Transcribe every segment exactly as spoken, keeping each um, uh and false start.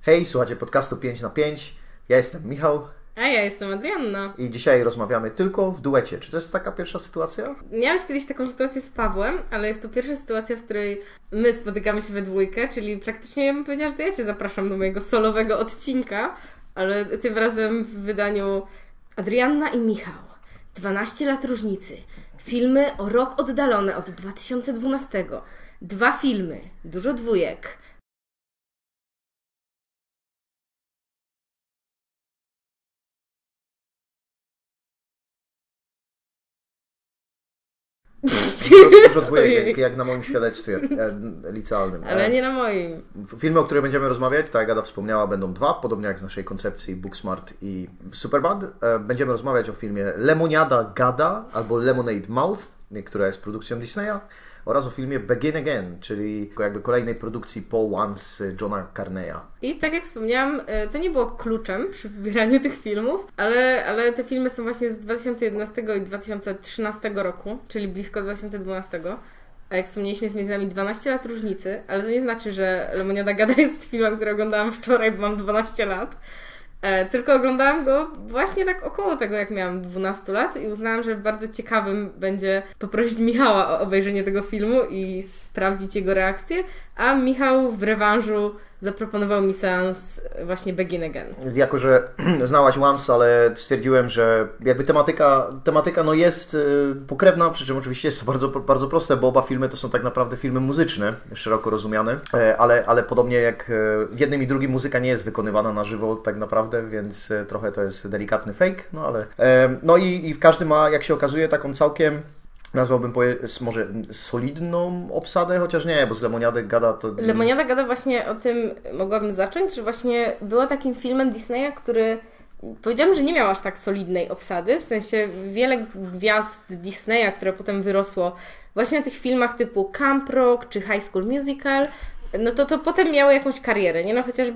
Hej, słuchajcie podcastu pięć na pięć. Ja jestem Michał. A ja jestem Adrianna. I dzisiaj rozmawiamy tylko w duecie. Czy to jest taka pierwsza sytuacja? Miałeś kiedyś taką sytuację z Pawłem, ale jest to pierwsza sytuacja, w której my spotykamy się we dwójkę, czyli praktycznie ja bym powiedziała, że to ja Cię zapraszam do mojego solowego odcinka, ale tym razem w wydaniu Adrianna i Michał. dwanaście lat różnicy. Filmy o rok oddalone od dwa tysiące dwunastego. Dwa filmy. Dużo dwójek. Dużo, dużo dwójek, jak, jak na moim świadectwie e, licealnym. Ale nie na moim. Filmy, o których będziemy rozmawiać, tak jak Ada wspomniała, będą dwa, podobnie jak z naszej koncepcji Booksmart i Superbad. E, będziemy rozmawiać o filmie Lemoniada Gada albo Lemonade Mouth, która jest produkcją Disneya, oraz o filmie Begin Again, czyli jakby kolejnej produkcji Paul Once Johna Carneya. I tak jak wspomniałam, to nie było kluczem przy wybieraniu tych filmów, ale, ale te filmy są właśnie z dwa tysiące jedenastego i dwa tysiące trzynastego roku, czyli blisko dwa tysiące dwunastego. A jak wspomnieliśmy, jest między nami dwanaście lat różnicy, ale to nie znaczy, że Lemoniada Gada jest filmem, który oglądałam wczoraj, bo mam dwanaście lat. E, tylko oglądałam go właśnie tak około tego, jak miałam dwanaście lat i uznałam, że bardzo ciekawym będzie poprosić Michała o obejrzenie tego filmu i sprawdzić jego reakcję, a Michał w rewanżu zaproponował mi seans właśnie Begin Again. Jako, że znałaś Once, ale stwierdziłem, że jakby tematyka, tematyka no jest pokrewna, przy czym oczywiście jest to bardzo, bardzo proste, bo oba filmy to są tak naprawdę filmy muzyczne, szeroko rozumiane, ale, ale podobnie jak w jednym i drugim muzyka nie jest wykonywana na żywo tak naprawdę, więc trochę to jest delikatny fake, no ale no i, i każdy ma, jak się okazuje, taką całkiem nazwałbym może solidną obsadę, chociaż nie, bo z Lemoniady Gada to... Lemoniada Gada właśnie o tym mogłabym zacząć, że właśnie była takim filmem Disneya, który powiedziałam, że nie miał aż tak solidnej obsady, w sensie wiele gwiazd Disneya, które potem wyrosło właśnie na tych filmach typu Camp Rock czy High School Musical, no to, to potem miały jakąś karierę, nie? No chociażby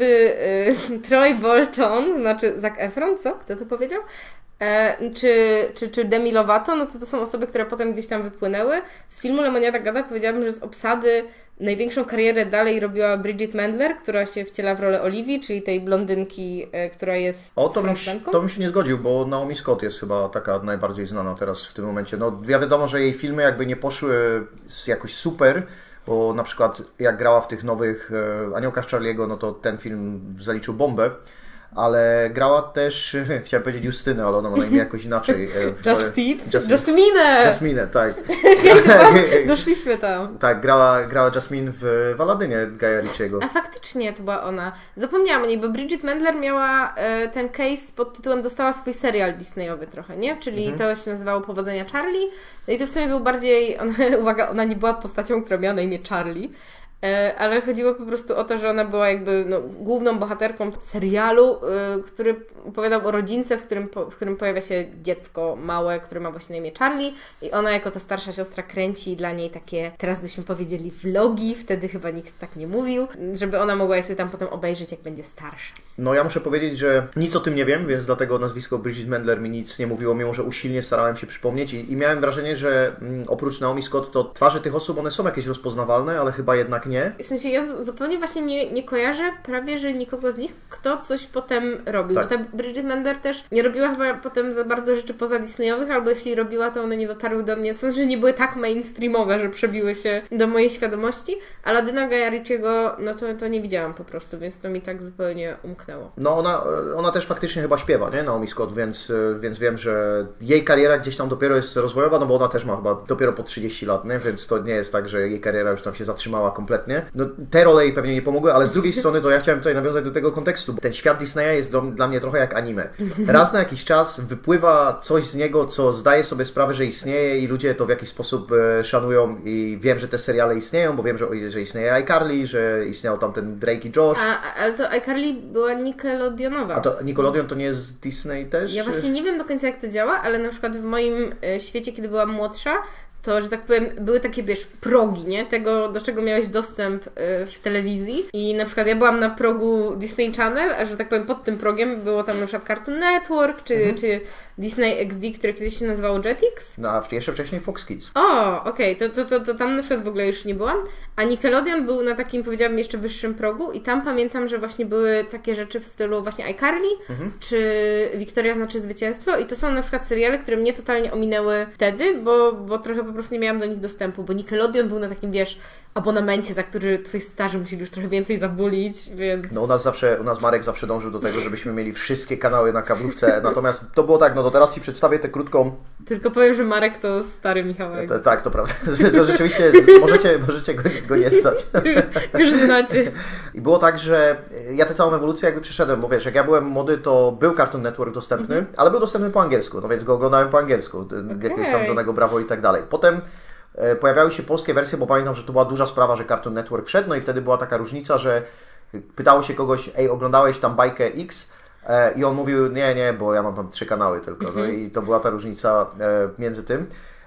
y, Troy Bolton, znaczy Zac Efron, co? Kto to powiedział? E, czy, czy, czy Demi Lovato, no to to są osoby, które potem gdzieś tam wypłynęły. Z filmu Lemoniada Gada powiedziałabym, że z obsady największą karierę dalej robiła Bridget Mendler, która się wciela w rolę Oliwii, czyli tej blondynki, e, która jest O, to bym, to bym się nie zgodził, bo Naomi Scott jest chyba taka najbardziej znana teraz w tym momencie. No ja wiadomo, że jej filmy jakby nie poszły jakoś super, bo na przykład jak grała w tych nowych e, Aniołkach Charlie'ego, no to ten film zaliczył bombę. Ale grała też, chciałem powiedzieć Justynę, ale ona ma na imię jakoś inaczej. Justin? Jasminę! Jasminę, tak. Doszliśmy tam. Tak, grała, grała Jasmine w Aladynie Guya Ritchiego. A faktycznie to była ona. Zapomniałam o niej, bo Bridget Mendler miała e, ten case pod tytułem, dostała swój serial Disneyowy trochę, nie? Czyli mhm. to się nazywało Powodzenia Charlie. No i to w sumie był bardziej, ona, uwaga, ona nie była postacią, która miała na imię Charlie. Ale chodziło po prostu o to, że ona była jakby no, główną bohaterką serialu, yy, który opowiadał o rodzince, w którym, po, w którym pojawia się dziecko małe, które ma właśnie na imię Charlie i ona jako ta starsza siostra kręci dla niej takie, teraz byśmy powiedzieli vlogi, wtedy chyba nikt tak nie mówił, żeby ona mogła je sobie tam potem obejrzeć, jak będzie starsza. No ja muszę powiedzieć, że nic o tym nie wiem, więc dlatego nazwisko Bridget Mendler mi nic nie mówiło, mimo że usilnie starałem się przypomnieć i, i miałem wrażenie, że mm, oprócz Naomi Scott to twarze tych osób, one są jakieś rozpoznawalne, ale chyba jednak nie. W sensie ja zupełnie właśnie nie, nie kojarzę prawie, że nikogo z nich, kto coś potem robił. Tak. Bo ta Bridget Mendler też nie robiła chyba potem za bardzo rzeczy poza Disneyowych, albo jeśli robiła, to one nie dotarły do mnie, to znaczy nie były tak mainstreamowe, że przebiły się do mojej świadomości. Aladyna Guya Ritchiego, no to, to nie widziałam po prostu, więc to mi tak zupełnie umknęło. No ona, ona też faktycznie chyba śpiewa, nie? Naomi Scott, więc, więc wiem, że jej kariera gdzieś tam dopiero jest rozwojowa, no bo ona też ma chyba dopiero po trzydzieści lat, nie? Więc to nie jest tak, że jej kariera już tam się zatrzymała kompletnie. No, te role jej pewnie nie pomogły, ale z drugiej strony to ja chciałem tutaj nawiązać do tego kontekstu, bo ten świat Disneya jest do, dla mnie trochę jak anime. Raz na jakiś czas wypływa coś z niego, co zdaje sobie sprawę, że istnieje i ludzie to w jakiś sposób e, szanują i wiem, że te seriale istnieją, bo wiem, że, że istnieje iCarly, że istniał tam ten Drake i Josh. A, ale to iCarly była Nickelodeonowa. A to Nickelodeon to nie jest Disney też? Ja właśnie nie wiem do końca, jak to działa, ale na przykład w moim e, świecie, kiedy byłam młodsza, to, że tak powiem, były takie, wiesz, progi, nie? Tego, do czego miałeś dostęp w telewizji. I na przykład ja byłam na progu Disney Channel, a że tak powiem pod tym progiem było tam na przykład Cartoon Network, czy, mhm. czy Disney X D, które kiedyś się nazywało Jetix. No, a jeszcze wcześniej Fox Kids. O, okej, okay. to, to, to, to tam na przykład w ogóle już nie byłam. A Nickelodeon był na takim, powiedziałabym, jeszcze wyższym progu i tam pamiętam, że właśnie były takie rzeczy w stylu właśnie iCarly, mhm. czy Wiktoria znaczy zwycięstwo i to są na przykład seriale, które mnie totalnie ominęły wtedy, bo, bo trochę po prostu nie miałam do nich dostępu, bo Nickelodeon był na takim, wiesz, abonamencie, za który twoi starzy musieli już trochę więcej zabulić, więc... No u nas zawsze, u nas Marek zawsze dążył do tego, żebyśmy mieli wszystkie kanały na kablówce, natomiast to było tak, no to teraz Ci przedstawię tę krótką... Tylko powiem, że Marek to stary Michałek. To, tak, to prawda. To rzeczywiście możecie, możecie go, go nie stać. Już znacie. I było tak, że ja tę całą ewolucję jakby przeszedłem, bo wiesz, jak ja byłem młody, to był Cartoon Network dostępny, mm-hmm. ale był dostępny po angielsku, no więc go oglądałem po angielsku, okay. jakiegoś tam Johnnego Bravo i tak dalej. Potem pojawiały się polskie wersje, bo pamiętam, że to była duża sprawa, że Cartoon Network wszedł, no i wtedy była taka różnica, że pytało się kogoś, ej, oglądałeś tam bajkę X? I on mówił, nie, nie, bo ja mam tam trzy kanały tylko. No i to była ta różnica między tym.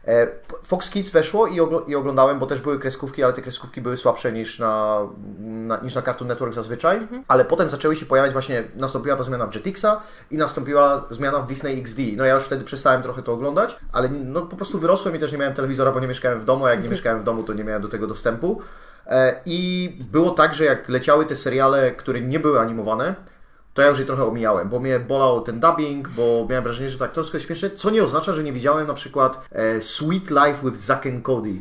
Fox Kids weszło i, ogl- i oglądałem, bo też były kreskówki, ale te kreskówki były słabsze niż na, na, niż na Cartoon Network zazwyczaj. Mhm. Ale potem zaczęły się pojawiać właśnie, nastąpiła ta zmiana w Jetixa i nastąpiła zmiana w Disney X D. No ja już wtedy przestałem trochę to oglądać, ale no po prostu wyrosłem i też nie miałem telewizora, bo nie mieszkałem w domu, a jak nie mhm. mieszkałem w domu, to nie miałem do tego dostępu. I było tak, że jak leciały te seriale, które nie były animowane, to ja już je trochę omijałem, bo mnie bolał ten dubbing, bo miałem wrażenie, że tak troszkę śmieszne, co nie oznacza, że nie widziałem na przykład e, Sweet Life with Zack and Cody.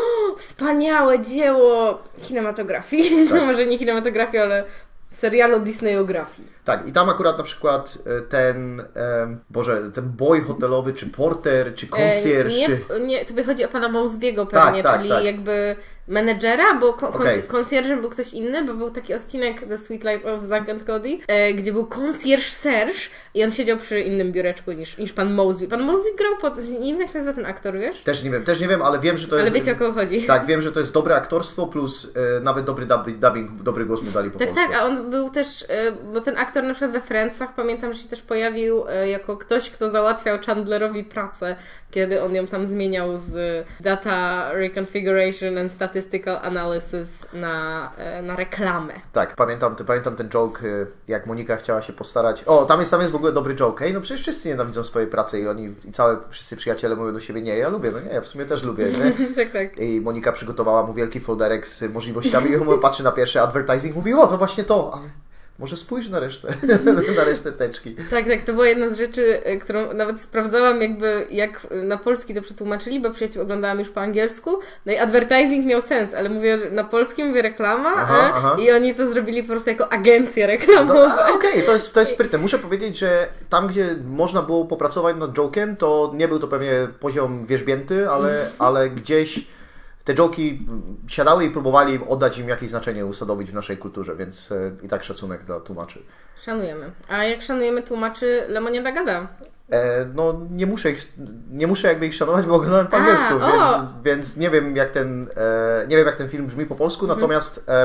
Wspaniałe dzieło kinematografii. Tak. No może nie kinematografii, ale serialu Disneyografii. Tak, i tam akurat na przykład ten, e, Boże, ten boy hotelowy, czy porter, czy concierge. E, nie, czy... nie, tobie chodzi o pana Mosby'ego pewnie, tak, tak, czyli tak. jakby menedżera, bo okay. concierge'em był ktoś inny, bo był taki odcinek The Sweet Life of Zack and Cody, e, gdzie był concierge Serge i on siedział przy innym biureczku niż, niż pan Mosby. Pan Mosby grał pod... Nie wiem, jak się nazywa ten aktor, wiesz? Też nie wiem, też nie wiem, ale wiem, że to jest... Ale wiecie, o kogo chodzi. Tak, wiem, że to jest dobre aktorstwo plus e, nawet dobry dubbing, dobry głos mu dali po tak, polsku. Tak, a on był też, e, bo ten aktor na przykład we Friendsach, pamiętam, że się też pojawił e, jako ktoś, kto załatwiał Chandlerowi pracę, kiedy on ją tam zmieniał z Data Reconfiguration and Statistical Analysis na, na reklamę. Tak, pamiętam, pamiętam ten joke, jak Monika chciała się postarać. O, tam jest, tam jest w ogóle dobry joke. Ej, no przecież wszyscy nienawidzą swojej pracy i oni, i całe, wszyscy przyjaciele mówią do siebie, nie, ja lubię, no nie, ja w sumie też lubię, nie? tak, tak. I Monika przygotowała mu wielki folderek z możliwościami i on patrzy na pierwszy advertising, mówi, o, to właśnie to, ale... Może spójrz na resztę, na resztę teczki. Tak, tak, to była jedna z rzeczy, którą nawet sprawdzałam jakby, jak na polski to przetłumaczyli, bo przyjaciół oglądałam już po angielsku, no i advertising miał sens, ale mówię na polskim, mówię reklama aha, e, aha. i oni to zrobili po prostu jako agencję reklamową. No, Okej, okay, to jest, to jest sprytne. Muszę powiedzieć, że tam, gdzie można było popracować nad joke'em, to nie był to pewnie poziom wierzbięty, ale, ale gdzieś te joki siadały i próbowali oddać im jakieś znaczenie, usadowić w naszej kulturze, więc i tak szacunek dla tłumaczy. Szanujemy. A jak szanujemy tłumaczy Lemoniada Gada? E, no nie muszę ich, nie muszę jakby ich szanować, bo oglądałem po angielsku, A, więc, więc nie wiem jak ten, e, nie wiem jak ten film brzmi po polsku, mhm. natomiast e,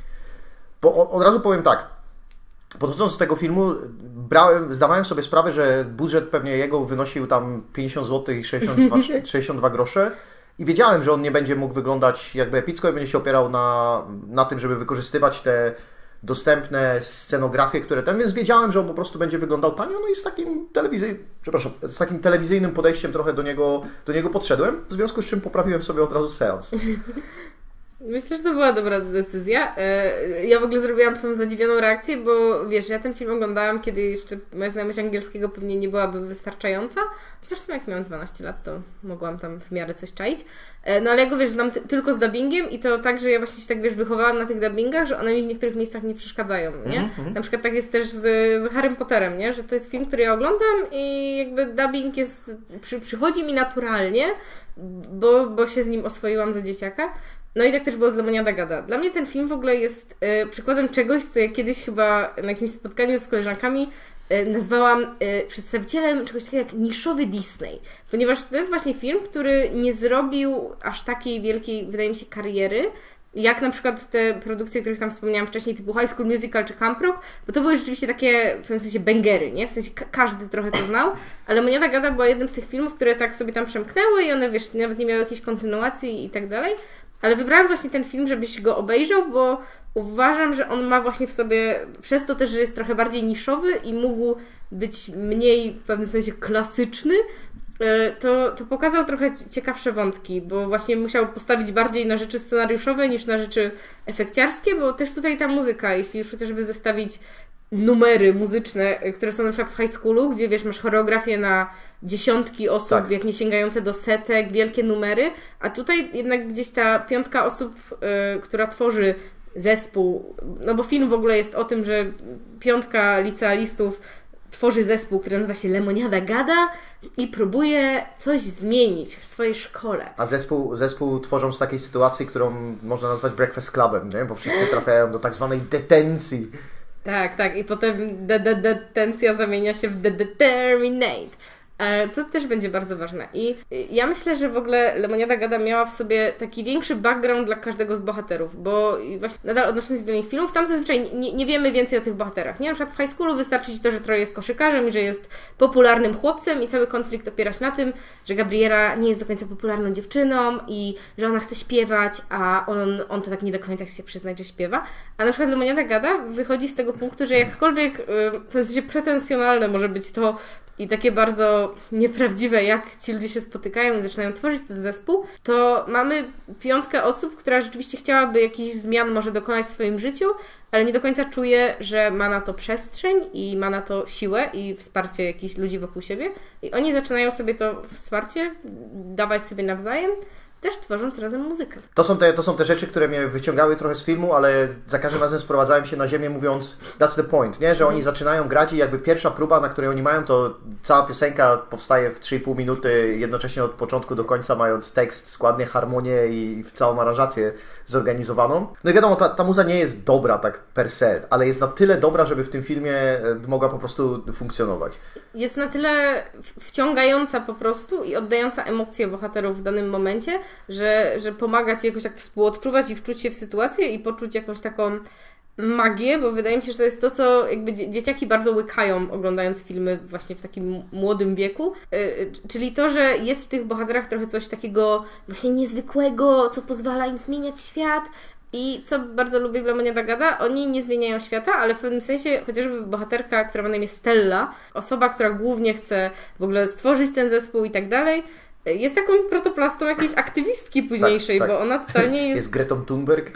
bo od razu powiem tak, podchodząc do tego filmu, brałem, zdawałem sobie sprawę, że budżet pewnie jego wynosił tam pięćdziesiąt złotych i sześćdziesiąt dwa, sześćdziesiąt dwa grosze. I wiedziałem, że on nie będzie mógł wyglądać jakby epicko i będzie się opierał na, na tym, żeby wykorzystywać te dostępne scenografie, które tam, więc wiedziałem, że on po prostu będzie wyglądał tanio, no i z takim telewizyjnym, przepraszam, z takim telewizyjnym podejściem trochę do niego, do niego podszedłem, w związku z czym poprawiłem sobie od razu seans. Myślę, że to była dobra decyzja. Ja w ogóle zrobiłam tą zadziwioną reakcję, bo wiesz, ja ten film oglądałam, kiedy jeszcze moja znajomość angielskiego pewnie nie byłaby wystarczająca. Chociaż w sumie jak miałam dwanaście lat, to mogłam tam w miarę coś czaić. No ale ja go, wiesz, znam ty- tylko z dubbingiem i to tak, że ja właśnie się tak, wiesz, wychowałam na tych dubbingach, że one mi w niektórych miejscach nie przeszkadzają, nie? Mm-hmm. Na przykład tak jest też z, z Harrym Potterem, nie? Że to jest film, który ja oglądam i jakby dubbing jest, przy, przychodzi mi naturalnie, bo, bo się z nim oswoiłam za dzieciaka. No i tak też było z Lemoniada Gada. Dla mnie ten film w ogóle jest y, przykładem czegoś, co ja kiedyś chyba na jakimś spotkaniu z koleżankami y, nazwałam y, przedstawicielem czegoś takiego jak niszowy Disney. Ponieważ to jest właśnie film, który nie zrobił aż takiej wielkiej, wydaje mi się, kariery, jak na przykład te produkcje, o których tam wspomniałam wcześniej, typu High School Musical czy Camp Rock, bo to były rzeczywiście takie w pewnym sensie bangery, nie? W sensie ka- każdy trochę to znał, ale Lemoniada Gada była jednym z tych filmów, które tak sobie tam przemknęły i one, wiesz, nawet nie miały jakiejś kontynuacji i tak dalej. Ale wybrałam właśnie ten film, żebyś go obejrzał, bo uważam, że on ma właśnie w sobie, przez to też, że jest trochę bardziej niszowy i mógł być mniej w pewnym sensie klasyczny, to, to pokazał trochę ciekawsze wątki, bo właśnie musiał postawić bardziej na rzeczy scenariuszowe niż na rzeczy efekciarskie, bo też tutaj ta muzyka, jeśli już chociażby zestawić numery muzyczne, które są na przykład w high schoolu, gdzie wiesz, masz choreografię na dziesiątki osób, tak, jak nie sięgające do setek, wielkie numery, a tutaj jednak gdzieś ta piątka osób, yy, która tworzy zespół, no bo film w ogóle jest o tym, że piątka licealistów tworzy zespół, który nazywa się Lemoniada Gada i próbuje coś zmienić w swojej szkole. A zespół, zespół tworzą z takiej sytuacji, którą można nazwać Breakfast Clubem, nie? Bo wszyscy trafiają do tak zwanej detencji. Tak, tak. I potem de- de- detencja zamienia się w de- determinate. Co też będzie bardzo ważne. I ja myślę, że w ogóle Lemoniada Gada miała w sobie taki większy background dla każdego z bohaterów, bo właśnie nadal odnosząc się do nich filmów, tam zazwyczaj nie, nie wiemy więcej o tych bohaterach. Nie? Na przykład w High Schoolu wystarczy ci to, że Troy jest koszykarzem i że jest popularnym chłopcem i cały konflikt opiera się na tym, że Gabriela nie jest do końca popularną dziewczyną i że ona chce śpiewać, a on, on to tak nie do końca chce się przyznać, że śpiewa. A na przykład Lemoniada Gada wychodzi z tego punktu, że jakkolwiek w sensie pretensjonalne może być to i takie bardzo nieprawdziwe, jak ci ludzie się spotykają i zaczynają tworzyć ten zespół, to mamy piątkę osób, która rzeczywiście chciałaby jakichś zmian może dokonać w swoim życiu, ale nie do końca czuje, że ma na to przestrzeń i ma na to siłę i wsparcie jakichś ludzi wokół siebie. I oni zaczynają sobie to wsparcie dawać sobie nawzajem, też tworząc razem muzykę. To są, te, to są te rzeczy, które mnie wyciągały trochę z filmu, ale za każdym razem sprowadzałem się na ziemię mówiąc that's the point, nie? Że oni zaczynają grać i jakby pierwsza próba, na której oni mają, to cała piosenka powstaje w trzy i pół minuty, jednocześnie od początku do końca mając tekst, składnie, harmonię i całą aranżację zorganizowaną. No i wiadomo, ta, ta muza nie jest dobra tak per se, ale jest na tyle dobra, żeby w tym filmie mogła po prostu funkcjonować. Jest na tyle wciągająca po prostu i oddająca emocje bohaterów w danym momencie, że, że pomaga ci jakoś tak współodczuwać i wczuć się w sytuację i poczuć jakąś taką magię, bo wydaje mi się, że to jest to, co jakby dzieciaki bardzo łykają oglądając filmy właśnie w takim młodym wieku. Yy, czyli to, że jest w tych bohaterach trochę coś takiego właśnie niezwykłego, co pozwala im zmieniać świat. I co bardzo lubię w Lemoniada Gada, oni nie zmieniają świata, ale w pewnym sensie chociażby bohaterka, która ma na imię Stella, osoba, która głównie chce w ogóle stworzyć ten zespół i tak dalej, jest taką protoplastą jakiejś aktywistki późniejszej, tak, tak. Bo ona totalnie jest... Jest Gretą Thunberg?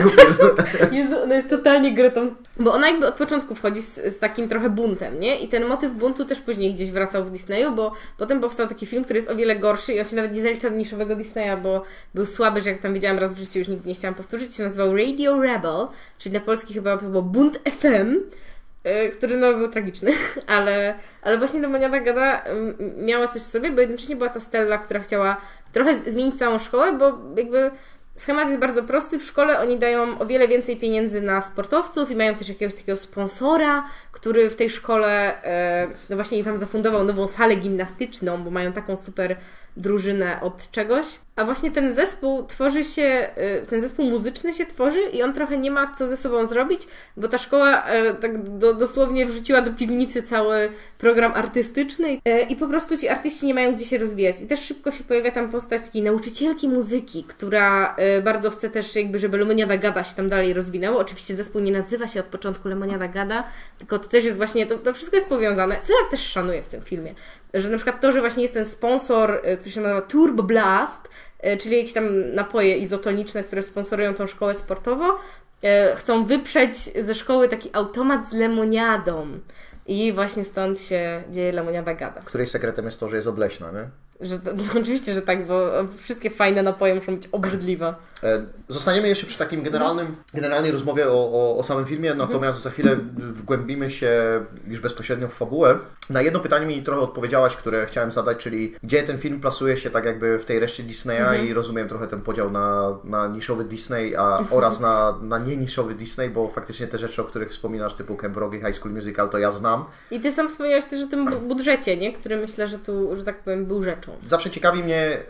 jest, ona jest totalnie Gretą... Bo ona jakby od początku wchodzi z, z takim trochę buntem, nie? I ten motyw buntu też później gdzieś wracał w Disneyu, bo potem powstał taki film, który jest o wiele gorszy i on się nawet nie zalicza do niszowego Disneya, bo był słaby, że jak tam widziałam raz w życiu, już nigdy nie chciałam powtórzyć, się nazywał Radio Rebel, czyli na polski chyba było Bunt F M, który no był tragiczny, ale, ale właśnie Lemoniada Gada miała coś w sobie, bo jednocześnie była ta Stella, która chciała trochę zmienić całą szkołę, bo jakby schemat jest bardzo prosty. W szkole oni dają o wiele więcej pieniędzy na sportowców i mają też jakiegoś takiego sponsora, który w tej szkole no właśnie im tam zafundował nową salę gimnastyczną, bo mają taką super drużynę od czegoś. A właśnie ten zespół tworzy się, ten zespół muzyczny się tworzy i on trochę nie ma co ze sobą zrobić, bo ta szkoła tak do, dosłownie wrzuciła do piwnicy cały program artystyczny i po prostu ci artyści nie mają gdzie się rozwijać. I też szybko się pojawia tam postać takiej nauczycielki muzyki, która bardzo chce też jakby, żeby Lemoniada Gada się tam dalej rozwinęło. Oczywiście zespół nie nazywa się od początku Lemoniada Gada, tylko to też jest właśnie, to, to wszystko jest powiązane, co ja też szanuję w tym filmie. Że na przykład to, że właśnie jest ten sponsor, który się nazywa Turbo Blast, czyli jakieś tam napoje izotoniczne, które sponsorują tą szkołę sportową, chcą wyprzeć ze szkoły taki automat z lemoniadą. I właśnie stąd się dzieje Lemoniada Gada. Której sekretem jest to, że jest obleśna, nie? Że to, no oczywiście, że tak, bo wszystkie fajne napoje muszą być obrzydliwe. Zostaniemy jeszcze przy takim generalnym, generalnej rozmowie o, o, o samym filmie, natomiast za chwilę wgłębimy się już bezpośrednio w fabułę. Na jedno pytanie mi trochę odpowiedziałaś, które chciałem zadać, czyli gdzie ten film plasuje się tak jakby w tej reszcie Disneya mhm. i rozumiem trochę ten podział na, na niszowy Disney a, oraz na, na nie niszowy Disney, bo faktycznie te rzeczy, o których wspominasz, typu Camp Rock i High School Musical, to ja znam. I ty sam wspomniałeś też o tym budżecie, nie? Który myślę, że tu, że tak powiem, był rzeczą. Zawsze ciekawi mnie,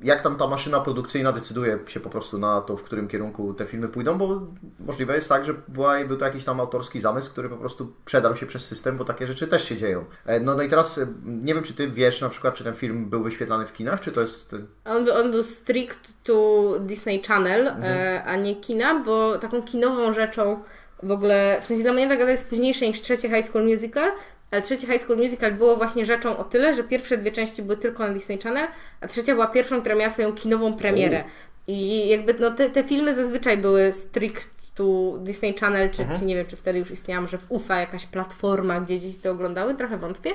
jak tam ta maszyna produkcyjna decyduje się po prostu na to, w którym kierunku te filmy pójdą, bo możliwe jest tak, że była, był to jakiś tam autorski zamysł, który po prostu przedarł się przez system, bo takie rzeczy też się dzieją. No, no i teraz nie wiem, czy ty wiesz na przykład, czy ten film był wyświetlany w kinach, czy to jest... On, on był strict to Disney Channel, mhm. a nie kina, bo taką kinową rzeczą w ogóle, w sensie dla mnie taka jest późniejsze niż trzecie High School Musical, ale trzecie High School Musical było właśnie rzeczą o tyle, że pierwsze dwie części były tylko na Disney Channel, a trzecia była pierwszą, która miała swoją kinową premierę. I jakby no, te, te filmy zazwyczaj były strict to Disney Channel, czy, mhm. czy nie wiem, czy wtedy już istniała może w U S A jakaś platforma, gdzie dzieci to oglądały, trochę wątpię.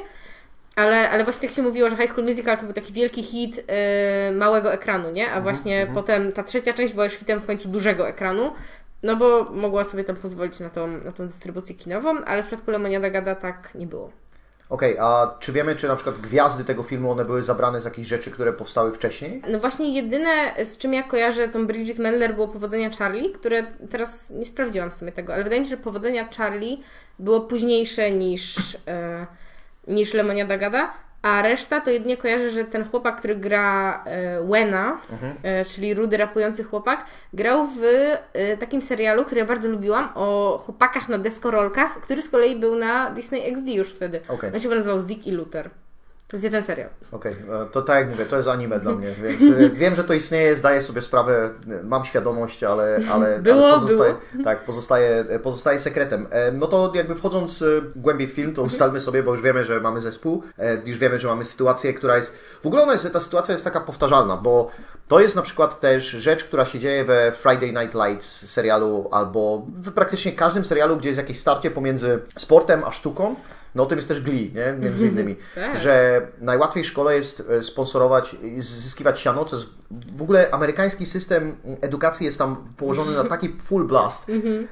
Ale, ale właśnie tak się mówiło, że High School Musical to był taki wielki hit yy, małego ekranu, nie? A mhm, właśnie mhm. potem ta trzecia część była już hitem w końcu dużego ekranu, no bo mogła sobie tam pozwolić na tą, na tą dystrybucję kinową, ale w przypadku Lemoniada Gada tak nie było. Okej, okay, a czy wiemy, czy na przykład gwiazdy tego filmu, one były zabrane z jakichś rzeczy, które powstały wcześniej? No właśnie jedyne, z czym ja kojarzę tą Bridget Mendler, było Powodzenia Charlie, które teraz nie sprawdziłam w sumie tego, ale wydaje mi się, że Powodzenia Charlie było późniejsze niż, e, niż Lemoniada Gada, a reszta to jedynie kojarzę, że ten chłopak, który gra e, Wena, mhm. e, czyli rudy rapujący chłopak, grał w e, takim serialu, który ja bardzo lubiłam, o chłopakach na deskorolkach, który z kolei był na Disney X D już wtedy. Okay. On się nazywał Zig i Luther. To jest jeden serial. Okej, okay. To tak jak mówię, to jest anime dla mnie, więc wiem, że to istnieje, zdaję sobie sprawę, mam świadomość, ale, ale, było, ale pozostaje, było. Tak, pozostaje, pozostaje sekretem. No to jakby wchodząc głębiej w film, to ustalmy sobie, bo już wiemy, że mamy zespół, już wiemy, że mamy sytuację, która jest, w ogóle ona jest, ta sytuacja jest taka powtarzalna, bo to jest na przykład też rzecz, która się dzieje we Friday Night Lights serialu, albo w praktycznie każdym serialu, gdzie jest jakieś starcie pomiędzy sportem a sztuką. No o tym jest też Glee, nie? Między innymi, że najłatwiej w szkole jest sponsorować, zyskiwać siano, co jest, w ogóle amerykański system edukacji jest tam położony na taki full blast.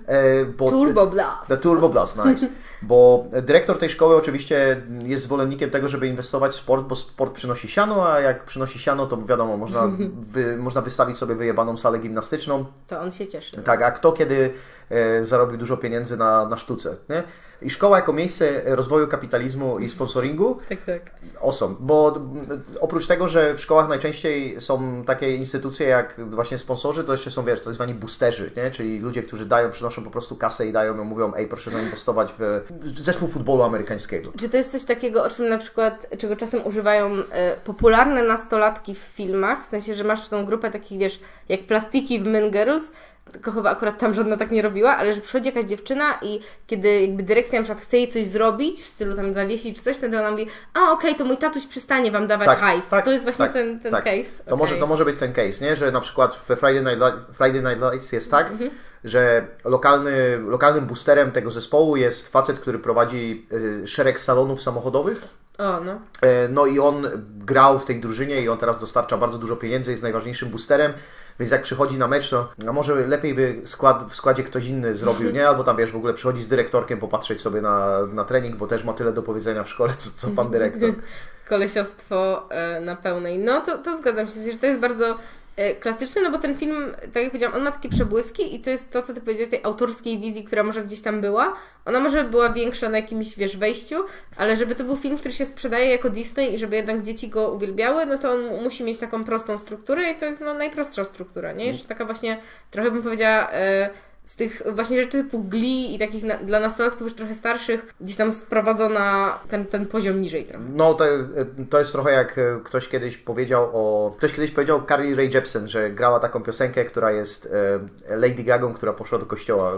Bo, Turbo blast. The Turbo blast, nice. Bo dyrektor tej szkoły oczywiście jest zwolennikiem tego, żeby inwestować w sport, bo sport przynosi siano, a jak przynosi siano, to wiadomo, można, wy, można wystawić sobie wyjebaną salę gimnastyczną. To on się cieszy. Tak, a kto kiedy e, zarobił dużo pieniędzy na, na sztuce, nie? I szkoła jako miejsce rozwoju kapitalizmu i sponsoringu. Tak, tak. Awesome, bo oprócz tego, że w szkołach najczęściej są takie instytucje jak właśnie sponsorzy, to jeszcze są, wiesz, tak zwani boosterzy, nie? Czyli ludzie, którzy dają, przynoszą po prostu kasę i dają, mówią, ej, proszę zainwestować w zespół futbolu amerykańskiego. Czy to jest coś takiego, o czym na przykład, czego czasem używają e, popularne nastolatki w filmach, w sensie, że masz tą grupę takich, wiesz, jak plastiki w Mean Girls, tylko chyba akurat tam żadna tak nie robiła, ale że przychodzi jakaś dziewczyna i kiedy jakby dyrekcja na przykład chce jej coś zrobić, w stylu tam zawiesić czy coś, wtedy ona mówi, a okej, okay, to mój tatuś przestanie Wam dawać tak, hajs. Tak, to jest właśnie tak, ten, ten tak. case. To, okay. może, to może być ten case, nie? Że na przykład we Friday Night, Light, Friday Night Lights jest tak, mhm. że lokalny, lokalnym boosterem tego zespołu jest facet, który prowadzi y, szereg salonów samochodowych. O, no. No i on grał w tej drużynie i on teraz dostarcza bardzo dużo pieniędzy, jest najważniejszym boosterem, więc jak przychodzi na mecz, to a może lepiej by skład, w składzie ktoś inny zrobił, nie? Albo tam, wiesz, w ogóle przychodzi z dyrektorkiem popatrzeć sobie na, na trening, bo też ma tyle do powiedzenia w szkole, co, co pan dyrektor. Kolesiostwo na pełnej. No to, to zgadzam się, że to jest bardzo klasyczny, no bo ten film, tak jak powiedziałam, on ma takie przebłyski i to jest to, co ty powiedziałeś, tej autorskiej wizji, która może gdzieś tam była. Ona może była większa na jakimś, wiesz, wejściu, ale żeby to był film, który się sprzedaje jako Disney i żeby jednak dzieci go uwielbiały, no to on musi mieć taką prostą strukturę i to jest no, najprostsza struktura, nie? Jeszcze taka właśnie, trochę bym powiedziała, e, z tych właśnie rzeczy typu Glee i takich na, dla nastolatków już trochę starszych, gdzieś tam sprowadzona ten, ten poziom niżej trochę. No to, to jest trochę jak ktoś kiedyś powiedział o... Ktoś kiedyś powiedział o Carly Rae Jepsen, że grała taką piosenkę, która jest e, Lady Gagą, która poszła do kościoła.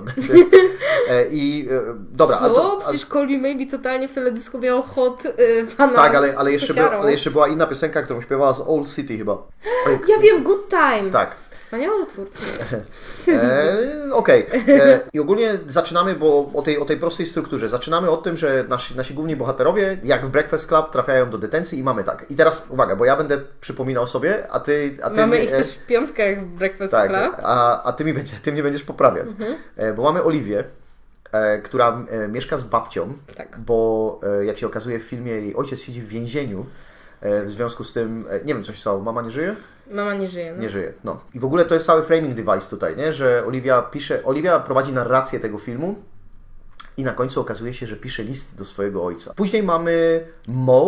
e, I e, dobra. Co? A to, a... Przecież Call Me Maybe totalnie w teledysko miał hot y, pana Tak, ale, ale, jeszcze była, ale jeszcze była inna piosenka, którą śpiewała z Old City chyba. Ja wiem, Good Time. Tak. Wspaniały utwór. e, Okej. Okay. I ogólnie zaczynamy, bo o tej, o tej prostej strukturze. Zaczynamy od tym, że nasi, nasi główni bohaterowie, jak w Breakfast Club, trafiają do detencji i mamy tak. I teraz uwaga, bo ja będę przypominał sobie, a ty... A ty mamy mi, ich też w piątkach jak w Breakfast tak, Club. A, a ty, mi będzie, ty mnie będziesz poprawiać. Mhm. E, bo mamy Oliwię, e, która e, mieszka z babcią, tak. bo e, jak się okazuje w filmie, jej ojciec siedzi w więzieniu. W związku z tym, nie wiem, co się stało, mama nie żyje? Mama nie żyje, no. Nie żyje, no. I w ogóle to jest cały framing device tutaj, nie? Że Olivia pisze, Olivia prowadzi narrację tego filmu i na końcu okazuje się, że pisze list do swojego ojca. Później mamy Mo,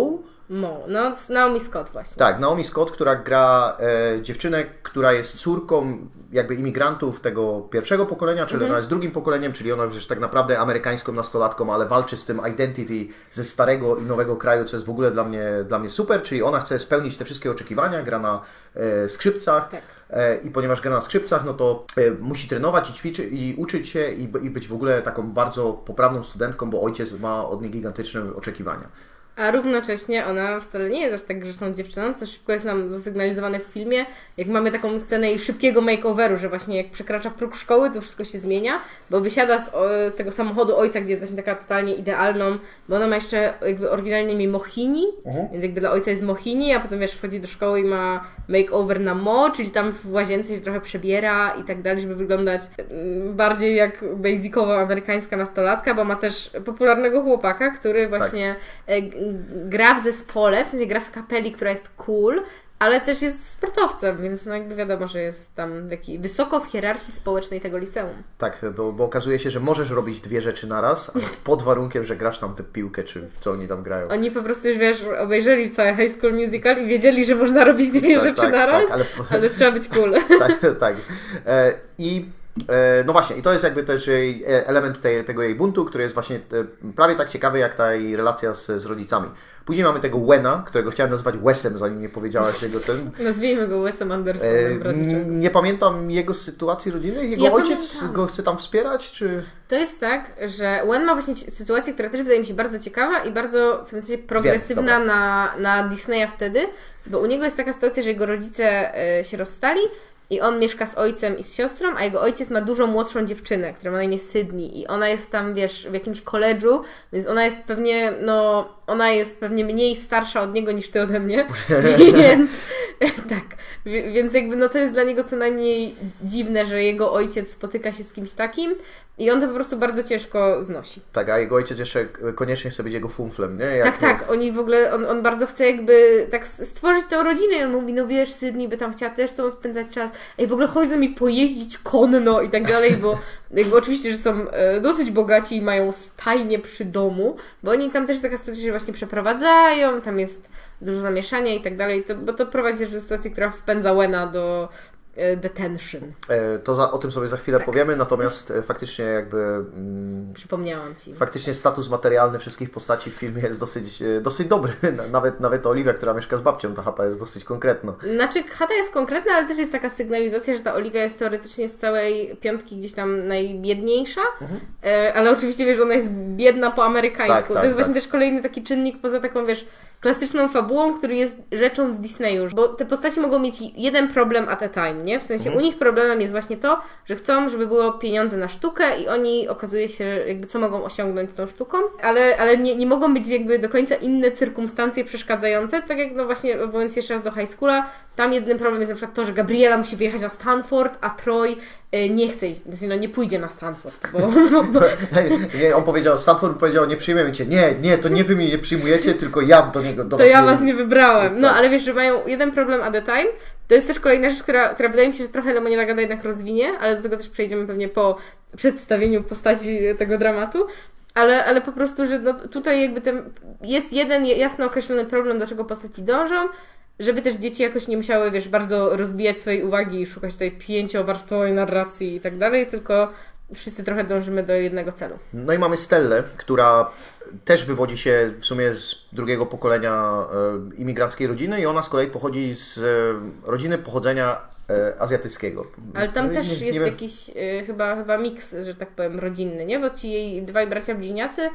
Mo, no Naomi Scott właśnie. Tak, Naomi Scott, która gra e, dziewczynę, która jest córką jakby imigrantów tego pierwszego pokolenia, czyli mhm. ona jest drugim pokoleniem, czyli ona już jest tak naprawdę amerykańską nastolatką, ale walczy z tym identity ze starego i nowego kraju, co jest w ogóle dla mnie, dla mnie super, czyli ona chce spełnić te wszystkie oczekiwania, gra na e, skrzypcach. Tak. I ponieważ gra na skrzypcach, no to musi trenować i ćwiczyć i uczyć się i, i być w ogóle taką bardzo poprawną studentką, bo ojciec ma od niej gigantyczne oczekiwania. A równocześnie ona wcale nie jest aż tak grzeczną dziewczyną, co szybko jest nam zasygnalizowane w filmie, jak mamy taką scenę jej szybkiego makeoveru, że właśnie jak przekracza próg szkoły, to wszystko się zmienia, bo wysiada z, z tego samochodu ojca, gdzie jest właśnie taka totalnie idealną, bo ona ma jeszcze jakby oryginalnie imię Mohini, uh-huh. więc jakby dla ojca jest Mohini, a potem wiesz, wchodzi do szkoły i ma makeover na Mo, czyli tam w łazience się trochę przebiera i tak dalej, żeby wyglądać bardziej jak basicowa amerykańska nastolatka, bo ma też popularnego chłopaka, który właśnie tak. gra w zespole, w sensie gra w kapeli, która jest cool, ale też jest sportowcem, więc no jakby wiadomo, że jest tam taki wysoko w hierarchii społecznej tego liceum. Tak, bo, bo okazuje się, że możesz robić dwie rzeczy naraz, pod warunkiem, że grasz tam tę piłkę, czy w co oni tam grają. Oni po prostu już, wiesz, obejrzeli całe High School Musical i wiedzieli, że można robić dwie tak, rzeczy tak, naraz, tak, ale... ale trzeba być cool. tak, tak. E, I no właśnie, i to jest jakby też jej, element tej, tego jej buntu, który jest właśnie prawie tak ciekawy jak ta jej relacja z, z rodzicami. Później mamy tego Wena, którego chciałem nazywać Wesem, zanim nie powiedziałaś jego ten. Nazwijmy go Wesem Andersonem w razie czego. Nie pamiętam jego sytuacji rodzinnej. Jego ja ojciec pamiętam. Go chce tam wspierać, czy... To jest tak, że Wen ma właśnie sytuację, która też wydaje mi się bardzo ciekawa i bardzo w sensie progresywna Wiem, na, na Disneya wtedy, bo u niego jest taka sytuacja, że jego rodzice y, się rozstali i on mieszka z ojcem i z siostrą, a jego ojciec ma dużo młodszą dziewczynę, która ma na imię Sydney i ona jest tam, wiesz, w jakimś koledżu, więc ona jest pewnie, no, ona jest pewnie mniej starsza od niego niż ty ode mnie, więc tak, więc jakby no to jest dla niego co najmniej dziwne, że jego ojciec spotyka się z kimś takim i on to po prostu bardzo ciężko znosi. Tak, a jego ojciec jeszcze koniecznie chce być jego funflem, nie? Jak tak, to... tak, oni w ogóle, on, on bardzo chce jakby tak stworzyć tę rodzinę i on mówi, no wiesz, Sydney by tam chciała też z sobą spędzać czas, ej, w ogóle chodź z nami pojeździć konno i tak dalej, bo jakby oczywiście, że są e, dosyć bogaci i mają stajnie przy domu, bo oni tam też taka sytuacja, że właśnie przeprowadzają, tam jest dużo zamieszania i tak dalej, to, bo to prowadzi też do sytuacji, która wpędza Wena do e, detention. E, to za, o tym sobie za chwilę tak. powiemy, natomiast e, faktycznie jakby... Mm, Przypomniałam Ci. Faktycznie status materialny wszystkich postaci w filmie jest dosyć, e, dosyć dobry. Nawet, nawet Oliwia, która mieszka z babcią, ta chata jest dosyć konkretna. Znaczy chata jest konkretna, ale też jest taka sygnalizacja, że ta Oliwia jest teoretycznie z całej piątki gdzieś tam najbiedniejsza, mhm. e, ale oczywiście wiesz, że ona jest biedna po amerykańsku. Tak, tak, to jest tak. właśnie też kolejny taki czynnik poza taką, wiesz, klasyczną fabułą, który jest rzeczą w Disneyu, bo te postaci mogą mieć jeden problem at a time, nie? W sensie mhm. u nich problemem jest właśnie to, że chcą, żeby było pieniądze na sztukę i oni okazuje się, jakby co mogą osiągnąć tą sztuką, ale, ale nie, nie mogą być jakby do końca inne cyrkumstancje przeszkadzające, tak jak no właśnie, odwołując się jeszcze raz do High Schoola, tam jedyny problem jest na przykład to, że Gabriela musi wyjechać na Stanford, a Troy nie chce iść, znaczy no nie pójdzie na Stanford, bo... bo... nie, on powiedział, Stanford powiedział, nie przyjmiemy Cię, nie, nie, to nie Wy mnie nie przyjmujecie, tylko ja do niego, do To was ja nie... Was nie wybrałem. No, ale wiesz, że mają jeden problem at a time. To jest też kolejna rzecz, która, która wydaje mi się, że trochę Lemoniada Gada jednak rozwinie, ale do tego też przejdziemy pewnie po przedstawieniu postaci tego dramatu. Ale, ale po prostu, że no, tutaj jakby ten, jest jeden jasno określony problem, do czego postaci dążą, żeby też dzieci jakoś nie musiały, wiesz, bardzo rozbijać swojej uwagi i szukać tej pięciowarstwowej narracji i tak dalej, tylko wszyscy trochę dążymy do jednego celu. No i mamy Stellę, która też wywodzi się w sumie z drugiego pokolenia e, imigranckiej rodziny i ona z kolei pochodzi z e, rodziny pochodzenia e, azjatyckiego. Ale tam no, też nie, jest nie jakiś e, chyba, chyba miks, że tak powiem, rodzinny, nie? Bo ci jej dwaj bracia bliźniacy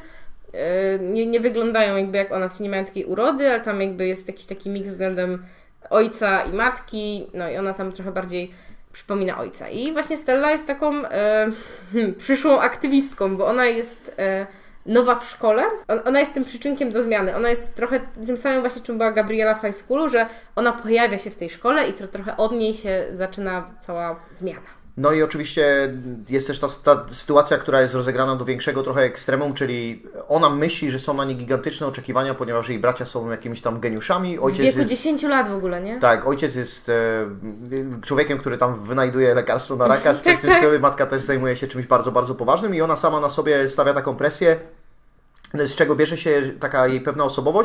e, nie, nie wyglądają jakby jak ona, w sensie nie mają takiej urody, ale tam jakby jest jakiś taki miks względem ojca i matki, no i ona tam trochę bardziej przypomina ojca. I właśnie Stella jest taką e, hmm, przyszłą aktywistką, bo ona jest e, nowa w szkole. On, ona jest tym przyczynkiem do zmiany. Ona jest trochę tym samym właśnie, czym była Gabriela w High Schoolu, że ona pojawia się w tej szkole i to trochę od niej się zaczyna cała zmiana. No i oczywiście jest też ta, ta sytuacja, która jest rozegrana do większego trochę ekstremum, czyli ona myśli, że są na nie gigantyczne oczekiwania, ponieważ jej bracia są jakimiś tam geniuszami. Ojciec w wieku jest, dziesięciu lat w ogóle, nie? Tak, ojciec jest e, człowiekiem, który tam wynajduje lekarstwo na raka, coś w tym stylu. Matka też zajmuje się czymś bardzo, bardzo poważnym i ona sama na sobie stawia taką presję, z czego bierze się taka jej pewna osobowość,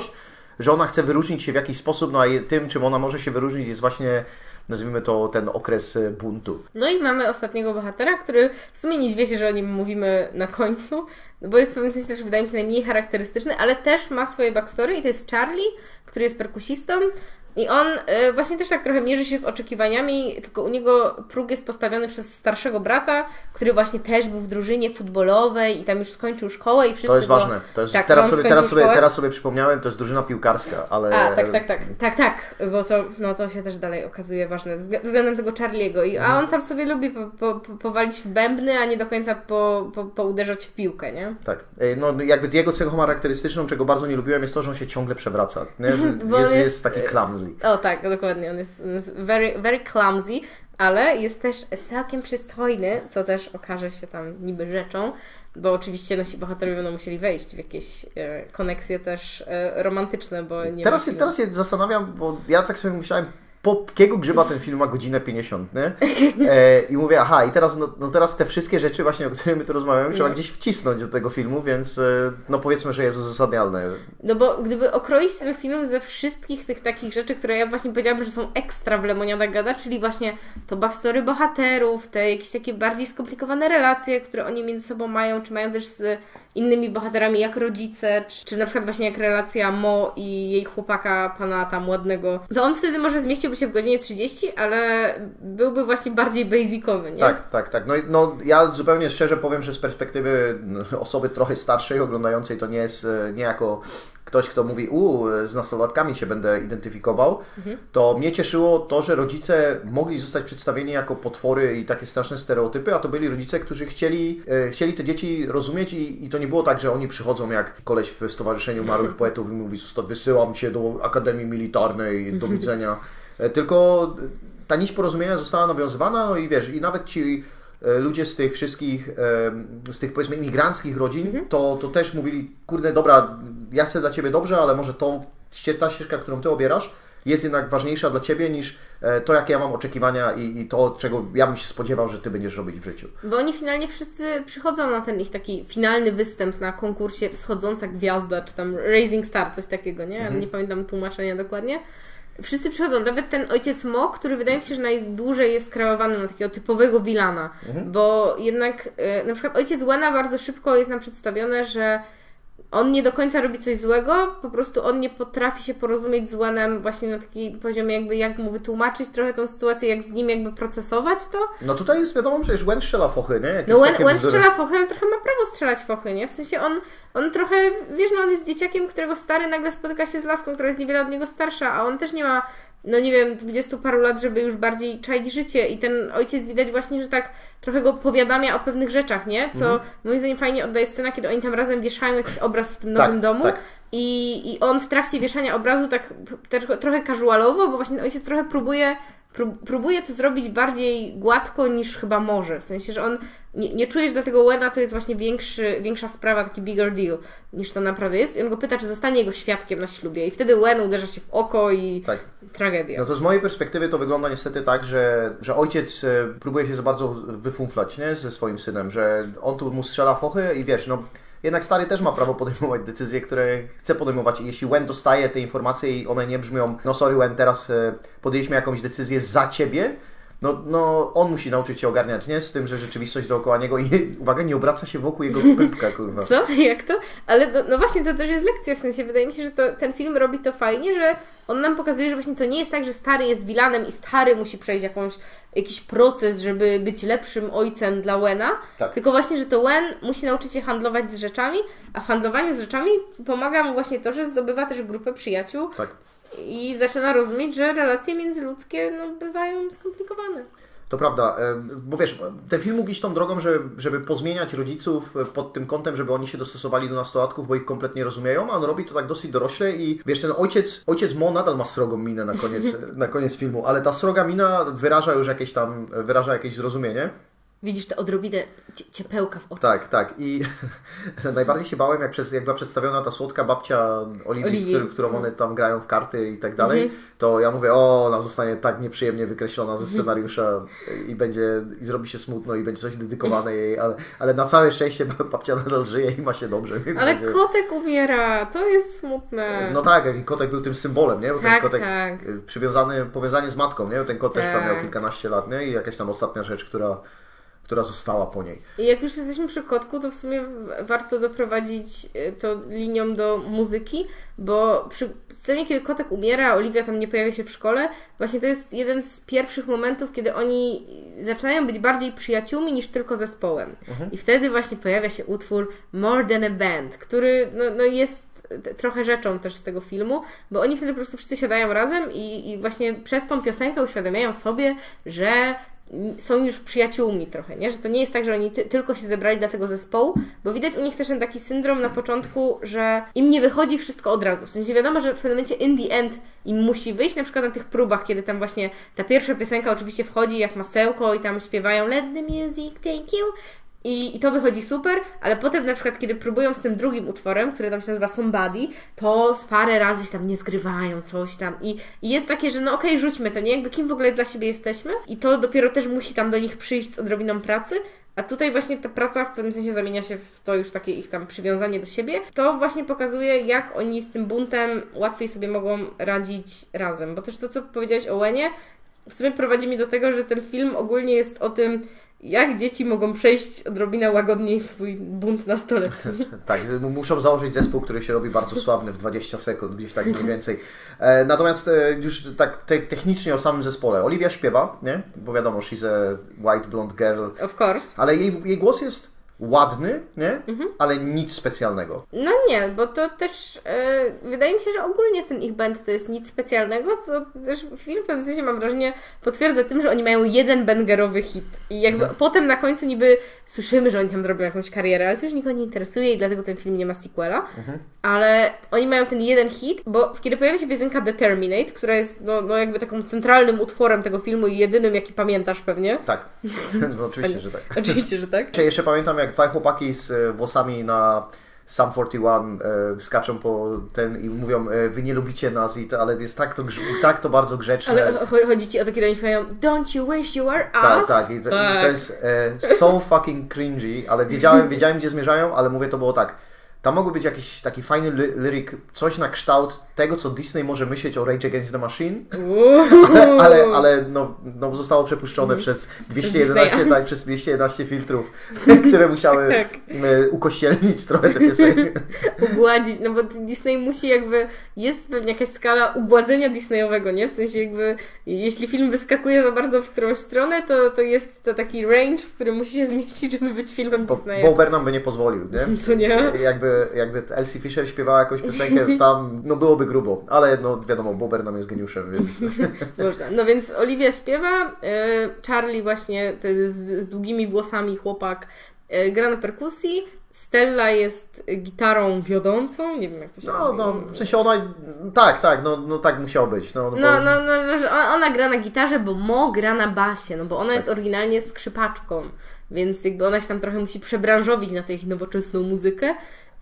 że ona chce wyróżnić się w jakiś sposób, no a tym, czym ona może się wyróżnić, jest właśnie, nazwijmy to, ten okres buntu. No i mamy ostatniego bohatera, który w sumie nie dziwię się, że o nim mówimy na końcu, bo jest w pewnym sensie też, wydaje mi się, najmniej charakterystyczny, ale też ma swoje backstory i to jest Charlie, który jest perkusistą. I on y, właśnie też tak trochę mierzy się z oczekiwaniami, tylko u niego próg jest postawiony przez starszego brata, który właśnie też był w drużynie futbolowej i tam już skończył szkołę i wszyscy To jest go... ważne. To jest, tak, teraz, sobie, teraz, sobie, szkołę. teraz sobie przypomniałem, to jest drużyna piłkarska, ale... A, tak, tak, tak, tak, tak, bo to, no, to się też dalej okazuje ważne względem tego Charliego. I, a on tam sobie lubi po, po, po, powalić w bębny, a nie do końca po, po, pouderzać w piłkę, nie? Tak. No jakby jego cechą charakterystyczną, czego bardzo nie lubiłem, jest to, że on się ciągle przewraca. Nie? Jest, jest, jest taki clumsy. O tak, dokładnie. On jest, on jest very, very clumsy, ale jest też całkiem przystojny, co też okaże się tam niby rzeczą, bo oczywiście nasi bohaterowie będą musieli wejść w jakieś e, koneksje też e, romantyczne, bo nie teraz, musimy... teraz się zastanawiam, bo ja tak sobie myślałem, po jakiego grzyba ten film ma godzinę pięćdziesiąt, nie? E, I mówię, aha, i teraz, no, no teraz te wszystkie rzeczy właśnie, o których my tu rozmawiamy, trzeba no. gdzieś wcisnąć do tego filmu, więc e, no powiedzmy, że jest uzasadnialne. No bo gdyby okroić ten film ze wszystkich tych takich rzeczy, które ja właśnie powiedziałabym, że są ekstra w Lemoniada Gada, czyli właśnie to backstory bohaterów, te jakieś takie bardziej skomplikowane relacje, które oni między sobą mają, czy mają też z innymi bohaterami, jak rodzice, czy, czy na przykład właśnie jak relacja Mo i jej chłopaka, pana tam ładnego, to on wtedy może zmieściłby się w godzinie trzydzieści, ale byłby właśnie bardziej basicowy, nie? Tak, tak, tak. No, no ja zupełnie szczerze powiem, że z perspektywy osoby trochę starszej, oglądającej to nie jest nie jako ktoś, kto mówi, u, z nastolatkami się będę identyfikował, mhm. to mnie cieszyło to, że rodzice mogli zostać przedstawieni jako potwory i takie straszne stereotypy, a to byli rodzice, którzy chcieli, e, chcieli te dzieci rozumieć i, i to nie było tak, że oni przychodzą jak koleś w Stowarzyszeniu Marłych Poetów i mówi, wysyłam cię do Akademii Militarnej, do widzenia. E, tylko ta nić porozumienia została nawiązywana, no i wiesz, i nawet ci ludzie z tych wszystkich, z tych powiedzmy imigranckich rodzin, mhm. to, to też mówili, kurde, dobra, ja chcę dla Ciebie dobrze, ale może to, ta ścieżka, którą Ty obierasz, jest jednak ważniejsza dla Ciebie niż to, jakie ja mam oczekiwania i, i to, czego ja bym się spodziewał, że Ty będziesz robić w życiu. Bo oni finalnie wszyscy przychodzą na ten ich taki finalny występ na konkursie Wschodząca Gwiazda, czy tam Rising Star, coś takiego, nie? Mhm. Nie pamiętam tłumaczenia dokładnie. Wszyscy przychodzą, nawet ten ojciec Mo, który wydaje mi się, że najdłużej jest kreowany na takiego typowego wilana, mhm. bo jednak y, na przykład ojciec Wena bardzo szybko jest nam przedstawione, że on nie do końca robi coś złego, po prostu on nie potrafi się porozumieć z Wenem właśnie na takim poziomie jakby jak mu wytłumaczyć trochę tą sytuację, jak z nim jakby procesować to. No tutaj jest wiadomo, że przecież Wen strzela fochy, nie? Jakieś no Wen, Wen strzela fochy, ale trochę ma prawo strzelać fochy, nie? W sensie on, on trochę, wiesz, no on jest dzieciakiem, którego stary nagle spotyka się z laską, która jest niewiele od niego starsza, a on też nie ma, no nie wiem, dwudziestu paru lat, żeby już bardziej czaić życie i ten ojciec widać właśnie, że tak trochę go powiadamia o pewnych rzeczach, nie? Co mhm. moim zdaniem fajnie oddaje scena, kiedy oni tam razem wieszają jakiś obraz w tym nowym tak, domu tak. I, i on w trakcie wieszania obrazu tak te, trochę casualowo, bo właśnie ten ojciec trochę próbuje próbuje to zrobić bardziej gładko niż chyba może. W sensie, że on nie, nie czuje, że dla tego Wena to jest właśnie większy, większa sprawa, taki bigger deal niż to naprawdę jest. I on go pyta, czy zostanie jego świadkiem na ślubie. I wtedy Wen uderza się w oko i tak. Tragedia. No to z mojej perspektywy to wygląda niestety tak, że, że ojciec próbuje się za bardzo wyfumflać, nie? Ze swoim synem, że on tu mu strzela fochy i wiesz, no jednak stary też ma prawo podejmować decyzje, które chce podejmować i jeśli Wen dostaje te informacje i one nie brzmią, no sorry Wen, teraz podjęliśmy jakąś decyzję za Ciebie, no, no on musi nauczyć się ogarniać, nie? Z tym, że rzeczywistość dookoła niego i uwaga, nie obraca się wokół jego pępka, kurwa. Co? Jak to? Ale to, no właśnie, to też jest lekcja, w sensie wydaje mi się, że to, ten film robi to fajnie, że on nam pokazuje, że właśnie to nie jest tak, że stary jest vilanem i stary musi przejść jakąś, jakiś proces, żeby być lepszym ojcem dla Wena, tak. Tylko właśnie, że to Wen musi nauczyć się handlować z rzeczami, a w handlowaniu z rzeczami pomaga mu właśnie to, że zdobywa też grupę przyjaciół. Tak. I zaczyna rozumieć, że relacje międzyludzkie no, bywają skomplikowane. To prawda, bo wiesz, ten film mógł iść tą drogą, żeby, żeby pozmieniać rodziców pod tym kątem, żeby oni się dostosowali do nastolatków, bo ich kompletnie rozumieją, a on robi to tak dosyć dorośle i wiesz, ten ojciec, ojciec Mo nadal ma srogą minę na koniec, na koniec filmu, ale ta sroga mina wyraża już jakieś tam, wyraża jakieś zrozumienie. Widzisz tę odrobinę ciepełka w oczach. Tak, tak. I najbardziej się bałem, jak, przez, jak była przedstawiona ta słodka babcia Oliwii, z którą one tam grają w karty i tak dalej, mm-hmm. to ja mówię, o, ona zostanie tak nieprzyjemnie wykreślona ze scenariusza i będzie, i zrobi się smutno i będzie coś dedykowane jej, ale, ale na całe szczęście babcia nadal żyje i ma się dobrze. Ale będzie... kotek umiera, to jest smutne. No tak, i kotek był tym symbolem, nie? Bo tak, ten kotek tak. przywiązany, powiązanie z matką, nie? Bo ten kot tak. też tam miał kilkanaście lat, nie? I jakaś tam ostatnia rzecz, która która została po niej. I jak już jesteśmy przy kotku, to w sumie warto doprowadzić to linią do muzyki, bo przy scenie, kiedy kotek umiera, Oliwia tam nie pojawia się w szkole, właśnie to jest jeden z pierwszych momentów, kiedy oni zaczynają być bardziej przyjaciółmi niż tylko zespołem. Mhm. I wtedy właśnie pojawia się utwór More Than a Band, który no, no jest trochę rzeczą też z tego filmu, bo oni wtedy po prostu wszyscy siadają razem i, i właśnie przez tą piosenkę uświadamiają sobie, że są już przyjaciółmi trochę, nie? Że to nie jest tak, że oni ty- tylko się zebrali dla tego zespołu, bo widać u nich też ten taki syndrom na początku, że im nie wychodzi wszystko od razu. W sensie wiadomo, że w pewnym momencie in the end im musi wyjść, na przykład na tych próbach, kiedy tam właśnie ta pierwsza piosenka oczywiście wchodzi jak masełko i tam śpiewają Let the music take you. I, I to wychodzi super, ale potem na przykład, kiedy próbują z tym drugim utworem, który tam się nazywa Somebody, to z parę razy się tam nie zgrywają, coś tam. I, i jest takie, że no okej, okay, rzućmy to, nie? Jakby kim w ogóle dla siebie jesteśmy? I to dopiero też musi tam do nich przyjść z odrobiną pracy. A tutaj właśnie ta praca w pewnym sensie zamienia się w to już takie ich tam przywiązanie do siebie. To właśnie pokazuje, jak oni z tym buntem łatwiej sobie mogą radzić razem. Bo też to, co powiedziałeś o Łenie, w sumie prowadzi mi do tego, że ten film ogólnie jest o tym, jak dzieci mogą przejść odrobinę łagodniej swój bunt nastoletni. Tak, muszą założyć zespół, który się robi bardzo sławny w dwadzieścia sekund, gdzieś tak mniej więcej. E, natomiast e, już tak te, technicznie o samym zespole. Oliwia śpiewa, nie? Bo wiadomo, she's a white blonde girl. Of course. Ale jej, jej głos jest ładny, nie? Mhm. Ale nic specjalnego. No nie, bo to też yy, wydaje mi się, że ogólnie ten ich band to jest nic specjalnego, co też film w pewnym sensie mam wrażenie potwierdza tym, że oni mają jeden bangerowy hit i jakby mhm. potem na końcu niby słyszymy, że oni tam robią jakąś karierę, ale to już nikogo nie interesuje i dlatego ten film nie ma sequela, mhm. ale oni mają ten jeden hit, bo kiedy pojawia się piosenka Determinate, która jest no, no jakby taką centralnym utworem tego filmu i jedynym, jaki pamiętasz pewnie. Tak, no, oczywiście, że tak. Oczywiście, że tak. Czy jeszcze pamiętam, jak dwa chłopaki z włosami na Sum czterdzieści jeden e, skaczą po ten i mówią, e, wy nie lubicie nas, i to, ale jest tak to, tak to bardzo grzeczne. Ale chodzi ci o to, kiedy oni mają Don't you wish you were us? Tak, tak. I to, tak. I to jest e, so fucking cringy, ale wiedziałem, wiedziałem gdzie zmierzają, ale mówię, to było tak. Tam mógł być jakiś taki fajny ly- lyryk, coś na kształt tego, co Disney może myśleć o Rage Against the Machine, ale, ale, ale no, no zostało przepuszczone mm. przez dwieście jedenaście, tak, przez dwieście jedenaście filtrów, które musiały tak. ukościelnić trochę te piosenki. Ugładzić, no bo Disney musi jakby, jest pewnie jakaś skala ugładzenia Disneyowego, nie? W sensie jakby, jeśli film wyskakuje za bardzo w którąś stronę, to, to jest to taki range, w którym musi się zmieścić, żeby być filmem bo, Disneya. Bo Burnham by nie pozwolił, nie? Co nie? Jakby Jakby Elsie Fisher śpiewała jakąś piosenkę, tam no byłoby grubo, ale no wiadomo, Bob Burnham jest geniuszem, więc... Można. No więc Oliwia śpiewa, Charlie właśnie z, z długimi włosami chłopak gra na perkusji, Stella jest gitarą wiodącą, nie wiem jak to się No, no w sensie ona, tak, tak, no, no tak musiało być. No, no, no, bo... no, no że ona, ona gra na gitarze, bo Mo gra na basie, no bo ona tak. jest oryginalnie skrzypaczką, więc jakby ona się tam trochę musi przebranżowić na tę ich nowoczesną muzykę.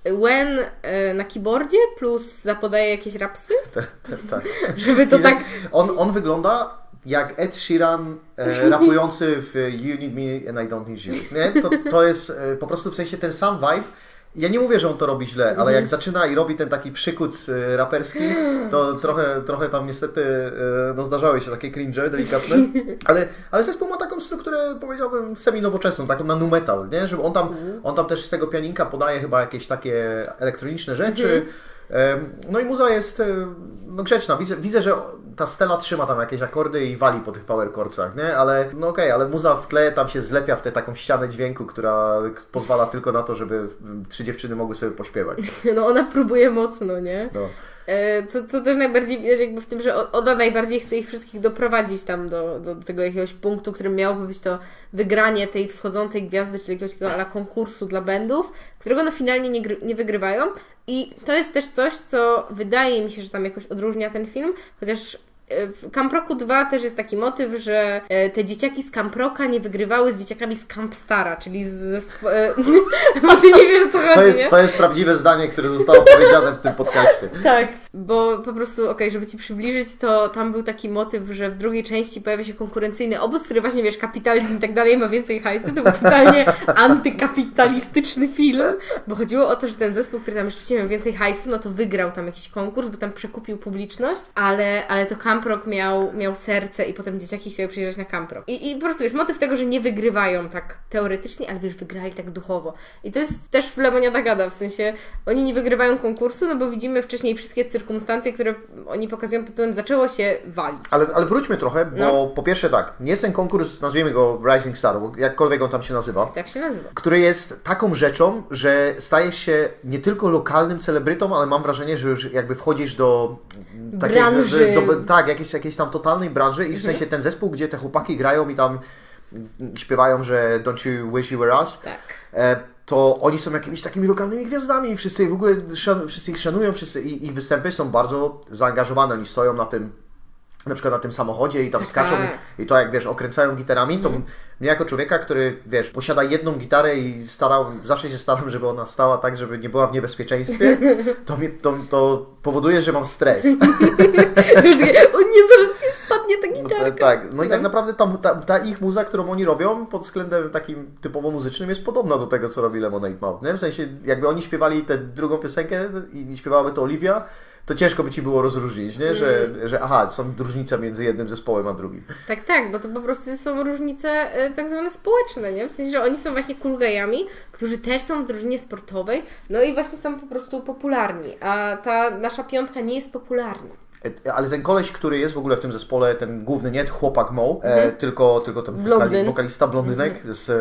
Wen e, na keyboardzie plus zapodaje jakieś rapsy. Tak, tak. Żeby to tak... On, on wygląda jak Ed Sheeran e, rapujący w You Need Me and I Don't Need You. Nie? To, to jest e, po prostu w sensie ten sam vibe. Ja nie mówię, że on to robi źle, ale jak zaczyna i robi ten taki przykuc e, raperski, to trochę, trochę tam niestety e, no, zdarzały się takie cringe delikatne, ale, ale zespół ma taką strukturę, powiedziałbym, semi-nowoczesną, taką na nu metal, nie? Że on tam, on tam też z tego pianinka podaje chyba jakieś takie elektroniczne rzeczy. No i muza jest no, grzeczna. Widzę, widzę, że ta Stella trzyma tam jakieś akordy i wali po tych power chordsach, nie? Ale no okej, okay, ale muza w tle tam się zlepia w tę taką ścianę dźwięku, która pozwala tylko na to, żeby trzy dziewczyny mogły sobie pośpiewać. No ona próbuje mocno, nie? No. Co, co też najbardziej widać jakby w tym, że ona najbardziej chce ich wszystkich doprowadzić tam do, do tego jakiegoś punktu, którym miałoby być to wygranie tej wschodzącej gwiazdy, czyli jakiegoś takiego ala konkursu dla bandów, którego no finalnie nie, gry, nie wygrywają. I to jest też coś, co wydaje mi się, że tam jakoś odróżnia ten film, chociaż W Camp Rocku dwa też jest taki motyw, że te dzieciaki z Camp Rocka nie wygrywały z dzieciakami z Camp Stara, czyli z... z bo ty nie wiesz, o co chodzi, to jest, nie? To jest prawdziwe zdanie, które zostało powiedziane w tym podcaście. Tak, bo po prostu, okej, okay, żeby Ci przybliżyć, to tam był taki motyw, że w drugiej części pojawia się konkurencyjny obóz, który właśnie, wiesz, kapitalizm i tak dalej, ma więcej hajsu. To był totalnie antykapitalistyczny film, bo chodziło o to, że ten zespół, który tam rzeczywiście miał więcej hajsu, no to wygrał tam jakiś konkurs, bo tam przekupił publiczność, ale, ale to Camp Rock miał, miał serce i potem dzieciaki chciały przyjeżdżać na Camp Rock. I, I po prostu, wiesz, motyw tego, że nie wygrywają tak teoretycznie, ale wiesz, wygrali tak duchowo. I to jest też w Lemoniada Gada, w sensie oni nie wygrywają konkursu, no bo widzimy wcześniej wszystkie cyrkumstancje, które oni pokazują pod tytułem zaczęło się walić. Ale, ale wróćmy trochę, bo no. po pierwsze tak, nie jest ten konkurs, nazwijmy go Rising Star, bo jakkolwiek on tam się nazywa. Tak się nazywa. Który jest taką rzeczą, że stajesz się nie tylko lokalnym celebrytą, ale mam wrażenie, że już jakby wchodzisz do takiej, branży. Do, do, tak, jakiejś, jakiejś tam totalnej branży i w sensie ten zespół, gdzie te chłopaki grają i tam śpiewają, że Don't you wish you were us. Tak. E, to oni są jakimiś takimi lokalnymi gwiazdami i wszyscy w ogóle szan, wszyscy ich szanują, wszyscy, i ich występy są bardzo zaangażowane. Oni stoją na tym, na przykład na tym samochodzie i tam tak, skaczą tak. I, i to jak wiesz, okręcają gitarami, to mm. mnie jako człowieka, który wiesz, posiada jedną gitarę i starał, zawsze się staram, żeby ona stała tak, żeby nie była w niebezpieczeństwie, to, mnie, to, to powoduje, że mam stres. Wiesz, takie, o nie, zaraz ci spadnie ta gitarka. No, tak, no i no. tak naprawdę ta, ta, ta ich muza, którą oni robią pod względem takim typowo muzycznym jest podobna do tego, co robi Lemonade Mouth, nie? W sensie, jakby oni śpiewali tę drugą piosenkę i śpiewałaby to Olivia, to ciężko by Ci było rozróżnić, nie? Że, mm. że aha, są różnice między jednym zespołem a drugim. Tak, tak, bo to po prostu są różnice e, tak zwane społeczne, nie? W sensie, że oni są właśnie cool guyami, którzy też są w drużynie sportowej, no i właśnie są po prostu popularni, a ta nasza piątka nie jest popularna. Ale ten koleś, który jest w ogóle w tym zespole, ten główny, nie chłopak Mo, mm. e, tylko, tylko ten wokali, wokalista blondynek mm. z,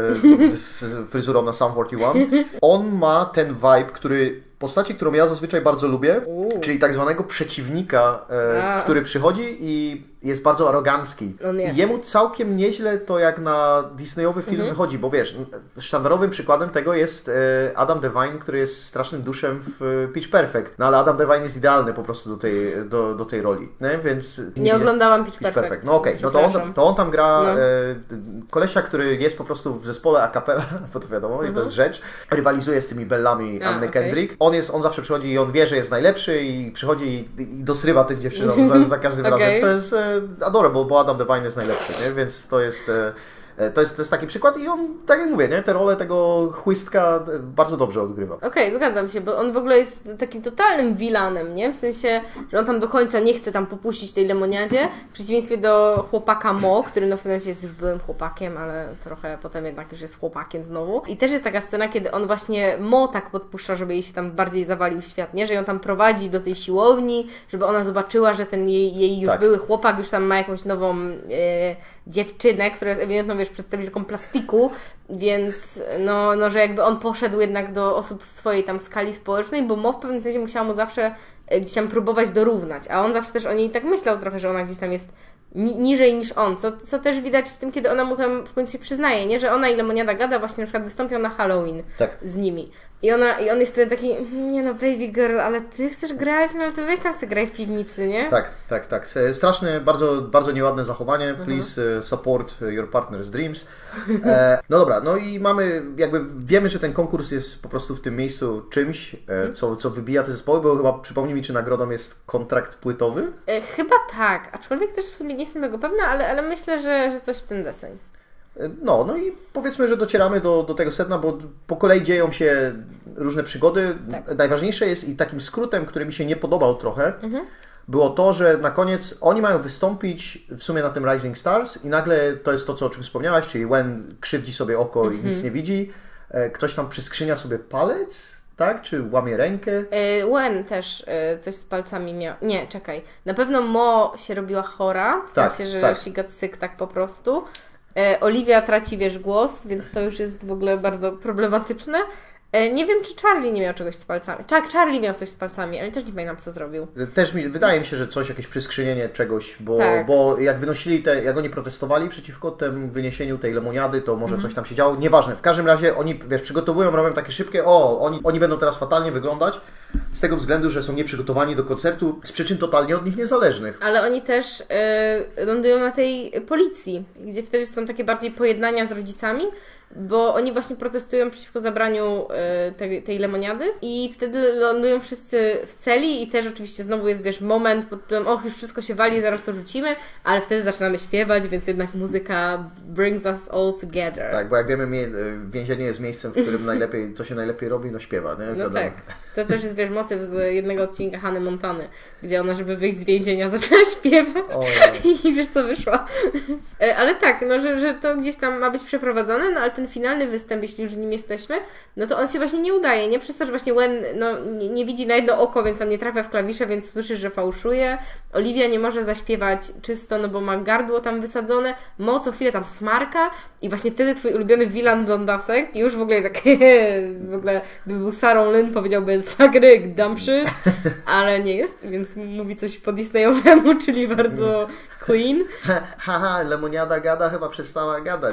z fryzurą na Sum czterdzieści jeden, on ma ten vibe, który postaci, którą ja zazwyczaj bardzo lubię, U. czyli tak zwanego przeciwnika, e, który przychodzi i jest bardzo arogancki. I jemu całkiem nieźle to jak na Disneyowy film mhm. wychodzi, bo wiesz, sztandarowym przykładem tego jest e, Adam Devine, który jest strasznym duszem w Pitch Perfect. No ale Adam Devine jest idealny po prostu do tej, do, do tej roli, nie? Więc... Nie, nie oglądałam Pitch, Pitch Perfect. Perfect. No okej, okay. no to on, to on tam gra no. e, kolesia, który jest po prostu w zespole a cappella, bo to wiadomo, mhm. i to jest rzecz. Rywalizuje z tymi bellami a, Anny okay. Kendrick. On jest, on zawsze przychodzi i on wie, że jest najlepszy i przychodzi i, i dosrywa tych dziewczynom za, za każdym okay. razem, co jest e, adorable, bo Adam Devine jest najlepszy, nie? Więc to jest, e, to jest to jest taki przykład i on, tak jak mówię, nie? Tę rolę tego chłystka bardzo dobrze odgrywa. Okej, okay, zgadzam się, bo on w ogóle jest takim totalnym vilanem, nie? W sensie, że on tam do końca nie chce tam popuścić tej lemoniadzie, w przeciwieństwie do chłopaka Mo, który no w pewnym momencie jest już byłym chłopakiem, ale trochę potem jednak już jest chłopakiem znowu. I też jest taka scena, kiedy on właśnie Mo tak podpuszcza, żeby jej się tam bardziej zawalił świat, nie? Że ją tam prowadzi do tej siłowni, żeby ona zobaczyła, że ten jej, jej już tak. były chłopak już tam ma jakąś nową e, dziewczynę, która jest ewidentną, wiesz, przedstawicielką plastiku, więc no, no, że jakby on poszedł jednak do osób w swojej tam skali społecznej, bo Mo w pewnym sensie musiała mu zawsze gdzieś tam próbować dorównać, a on zawsze też o niej tak myślał trochę, że ona gdzieś tam jest ni- niżej niż on, co, co też widać w tym, kiedy ona mu tam w końcu się przyznaje, nie? Że ona i Lemoniada Gada właśnie na przykład wystąpią na Halloween tak. z nimi. I ona, i on jest wtedy taki, nie no baby girl, ale ty chcesz grać, no ale to weź tam sobie graj w piwnicy, nie? Tak, tak, tak. Straszne, bardzo, bardzo nieładne zachowanie. Please uh, support your partner's dreams. E, no dobra, no i mamy, jakby wiemy, że ten konkurs jest po prostu w tym miejscu czymś, e, co, co wybija te zespoły, bo chyba przypomnij mi, czy nagrodą jest kontrakt płytowy? E, chyba tak, aczkolwiek też w sumie nie jestem tego pewna, ale, ale myślę, że, że coś w ten deseń. No, no i powiedzmy, że docieramy do, do tego sedna, bo po kolei dzieją się różne przygody. Tak. Najważniejsze jest i takim skrótem, który mi się nie podobał trochę, mhm. było to, że na koniec oni mają wystąpić w sumie na tym Rising Stars i nagle to jest to, co o czym wspomniałaś, czyli Wen krzywdzi sobie oko mhm. i nic nie widzi, ktoś tam przyskrzynia sobie palec, tak? Czy łamie rękę? Wen też coś z palcami miał. Nie, czekaj. Na pewno Mo się robiła chora, w tak, sensie, że tak. she got sick tak po prostu. Olivia traci, wiesz, głos, więc to już jest w ogóle bardzo problematyczne. Nie wiem, czy Charlie nie miał czegoś z palcami. Tak, Charlie miał coś z palcami, ale też nie pamiętam, co zrobił. Też mi, wydaje mi się, że coś, jakieś przyskrzynienie czegoś, bo, tak. bo jak wynosili te, jak oni protestowali przeciwko temu wyniesieniu tej lemoniady, to może mhm. coś tam się działo. Nieważne, w każdym razie oni, wiesz, przygotowują, robią takie szybkie, o, oni, oni będą teraz fatalnie wyglądać, z tego względu, że są nieprzygotowani do koncertu z przyczyn totalnie od nich niezależnych. Ale oni też y, lądują na tej policji, gdzie wtedy są takie bardziej pojednania z rodzicami, bo oni właśnie protestują przeciwko zabraniu y, tej, tej lemoniady i wtedy lądują wszyscy w celi i też oczywiście znowu jest, wiesz, moment pod którym och, już wszystko się wali, zaraz to rzucimy, ale wtedy zaczynamy śpiewać, więc jednak muzyka brings us all together. Tak, bo jak wiemy, mie- więzienie jest miejscem, w którym najlepiej, co się najlepiej robi, no śpiewa, nie? No Wiadomo. tak. To też jest, wiesz, motyw z jednego odcinka Hany Montany, gdzie ona, żeby wyjść z więzienia, zaczęła śpiewać i wiesz, co wyszło. Ale tak, no, że, że to gdzieś tam ma być przeprowadzone, no ale ten finalny występ, jeśli już w nim jesteśmy, no to on się właśnie nie udaje, nie? Przez to, że właśnie Wen no, nie, nie widzi na jedno oko, więc tam nie trafia w klawisze, więc słyszysz, że fałszuje. Olivia nie może zaśpiewać czysto, no bo ma gardło tam wysadzone, Mo co chwilę tam smarka i właśnie wtedy twój ulubiony Wilan Blondasek już w ogóle jest jak w ogóle by był Sarą Lynn, powiedziałby Sagryk, Damszyc, ale nie jest, więc mówi coś po Disneyowemu, czyli bardzo clean. Haha, lemoniada gada chyba przestała gadać.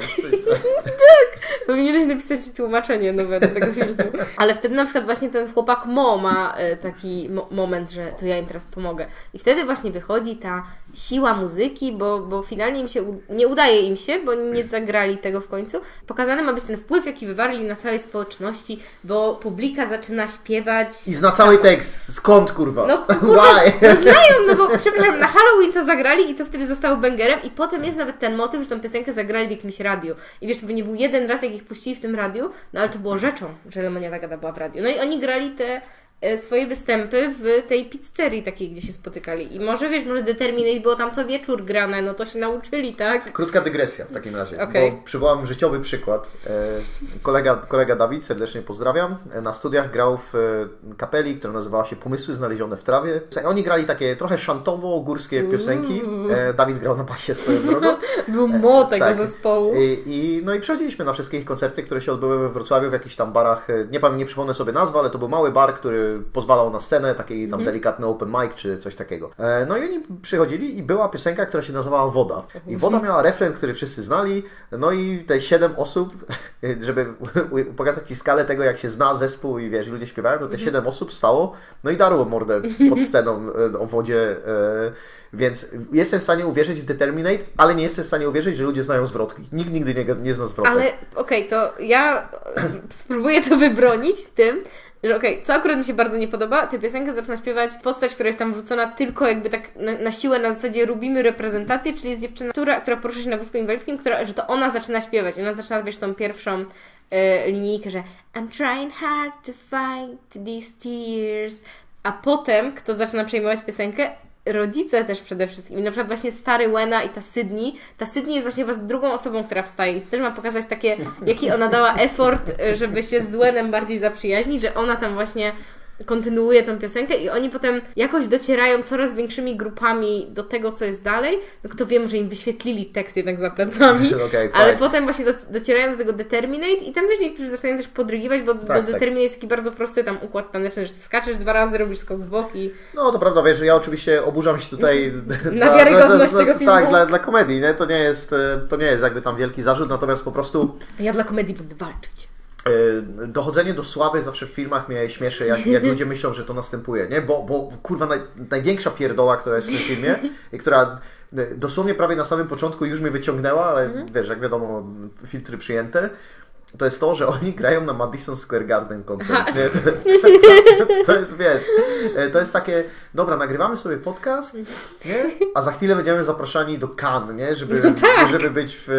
Tak! Powinieneś napisać tłumaczenie nowe do tego filmu. Ale wtedy na przykład właśnie ten chłopak Mo ma e, taki mo- moment, że to ja im teraz pomogę. I wtedy właśnie wychodzi ta siła muzyki, bo, bo finalnie im się u- nie udaje im się, bo nie zagrali tego w końcu. Pokazany ma być ten wpływ, jaki wywarli na całej społeczności, bo publika zaczyna śpiewać. I zna cały tekst. Skąd, kurwa? No kurwa, no znają, no bo przepraszam, na Halloween to zagrali i to wtedy zostało bangerem i potem jest nawet ten motyw, że tą piosenkę zagrali w jakimś radiu. I wiesz, to by nie był jeden raz, jak ich puścili w tym radiu, no ale to było rzeczą, że Lemoniada Gada była w radiu. No i oni grali te e, swoje występy w tej pizzerii takiej, gdzie się spotykali. I może, wiesz, może Determinate było tam co wieczór grane, no to się nauczyli, tak? Krótka dygresja w takim razie, Okay. bo przywołam życiowy przykład. E, kolega, kolega Dawid, serdecznie pozdrawiam, e, na studiach grał w e, kapeli, która nazywała się Pomysły znalezione w trawie. Oni grali takie trochę szantowo-górskie piosenki. E, Dawid grał na basie swoją drogą. Był mo tego tak. zespołu. I, i, no i przychodziliśmy na wszystkie ich koncerty, które się odbyły we Wrocławiu w jakichś tam barach. Nie pamiętam, nie przypomnę sobie nazwy, ale to był mały bar, który pozwalał na scenę, taki tam mm. delikatny open mic czy coś takiego. E, no i oni przychodzili i była piosenka, która się nazywała Woda. I Woda miała refren, który wszyscy znali. No i te siedem osób, żeby pokazać Ci skalę tego, jak się zna zespół i wiesz, ludzie śpiewają, to te siedem osób stało, no i darło mordę pod sceną o wodzie. E, Więc jestem w stanie uwierzyć w Determinate, ale nie jestem w stanie uwierzyć, że ludzie znają zwrotki. Nikt nigdy nie, nie zna zwrotek. Ale okej, okay, to ja spróbuję to wybronić tym, że okej, okay, co akurat mi się bardzo nie podoba, tę piosenkę zaczyna śpiewać postać, która jest tam wrzucona tylko jakby tak na, na siłę, na zasadzie robimy reprezentację, czyli jest dziewczyna, która, która porusza się na wózku inwalidzkim, która, że to ona zaczyna śpiewać. Ona zaczyna, wiesz, tą pierwszą e, linijkę, że I'm trying hard to fight these tears. A potem, kto zaczyna przejmować piosenkę? Rodzice też przede wszystkim. I na przykład właśnie stary Wena i ta Sydney. Ta Sydney jest właśnie chyba drugą osobą, która wstaje. I też ma pokazać takie, jaki ona dała effort, żeby się z Wenem bardziej zaprzyjaźnić, że ona tam właśnie kontynuuje tą piosenkę i oni potem jakoś docierają coraz większymi grupami do tego, co jest dalej. No kto wie, że im wyświetlili tekst jednak za plecami, okay, ale fine. Potem właśnie do, docierają do tego Determinate i tam wiesz, niektórzy zaczynają też podrygiwać, bo tak, do tak. Determinate jest taki bardzo prosty tam układ taneczny, że skaczesz dwa razy, robisz skok w bok i... No to prawda, wiesz, ja oczywiście oburzam się tutaj na dla, wiarygodność dla, dla, tego filmu. Tak, dla, dla komedii, nie? To nie jest, to nie jest jakby tam wielki zarzut, natomiast po prostu... Ja dla komedii będę walczyć. Dochodzenie do sławy zawsze w filmach mnie śmieszy, jak, jak ludzie myślą, że to następuje, nie? Bo, bo kurwa naj, największa pierdoła, która jest w tym filmie i która dosłownie prawie na samym początku już mnie wyciągnęła, ale mm. wiesz, jak wiadomo, filtry przyjęte, to jest to, że oni grają na Madison Square Garden koncert. Nie? To, to, to, to jest, wiesz, to jest takie, dobra, nagrywamy sobie podcast, nie? A za chwilę będziemy zapraszani do Cannes, nie? Żeby, no tak. żeby być w,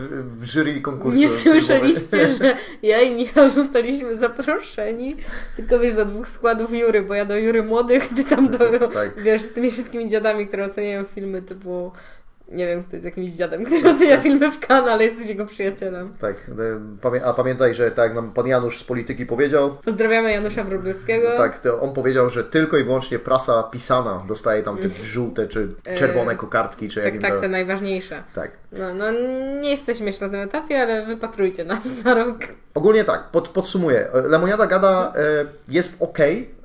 w jury konkursu. Nie słyszeliście, że ja i Michał zostaliśmy zaproszeni, tylko wiesz, do dwóch składów jury, bo ja do jury młodych, ty tam do, tak. wiesz, z tymi wszystkimi dziadami, które oceniają filmy, to było... Nie wiem, kto jest jakimś dziadem, który ocenia filmy w Cannes, ale jesteś jego przyjacielem. Tak, a pamiętaj, że tak jak nam pan Janusz z Polityki powiedział... Pozdrawiamy Janusza Wróblewskiego. Tak, to on powiedział, że tylko i wyłącznie prasa pisana dostaje tam te żółte czy czerwone kokardki. Czy tak, jak tak, to... te najważniejsze. Tak. No, no nie jesteśmy jeszcze na tym etapie, ale wypatrujcie nas za rok. Ogólnie tak, pod, podsumuję. Lemoniada Gada jest okej.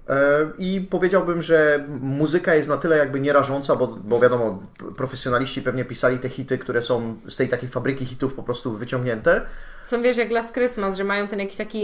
I powiedziałbym, że muzyka jest na tyle jakby nierażąca, bo, bo wiadomo, profesjonaliści pewnie pisali te hity, które są z tej takiej fabryki hitów po prostu wyciągnięte. Są, wiesz, jak Last Christmas, że mają ten jakiś taki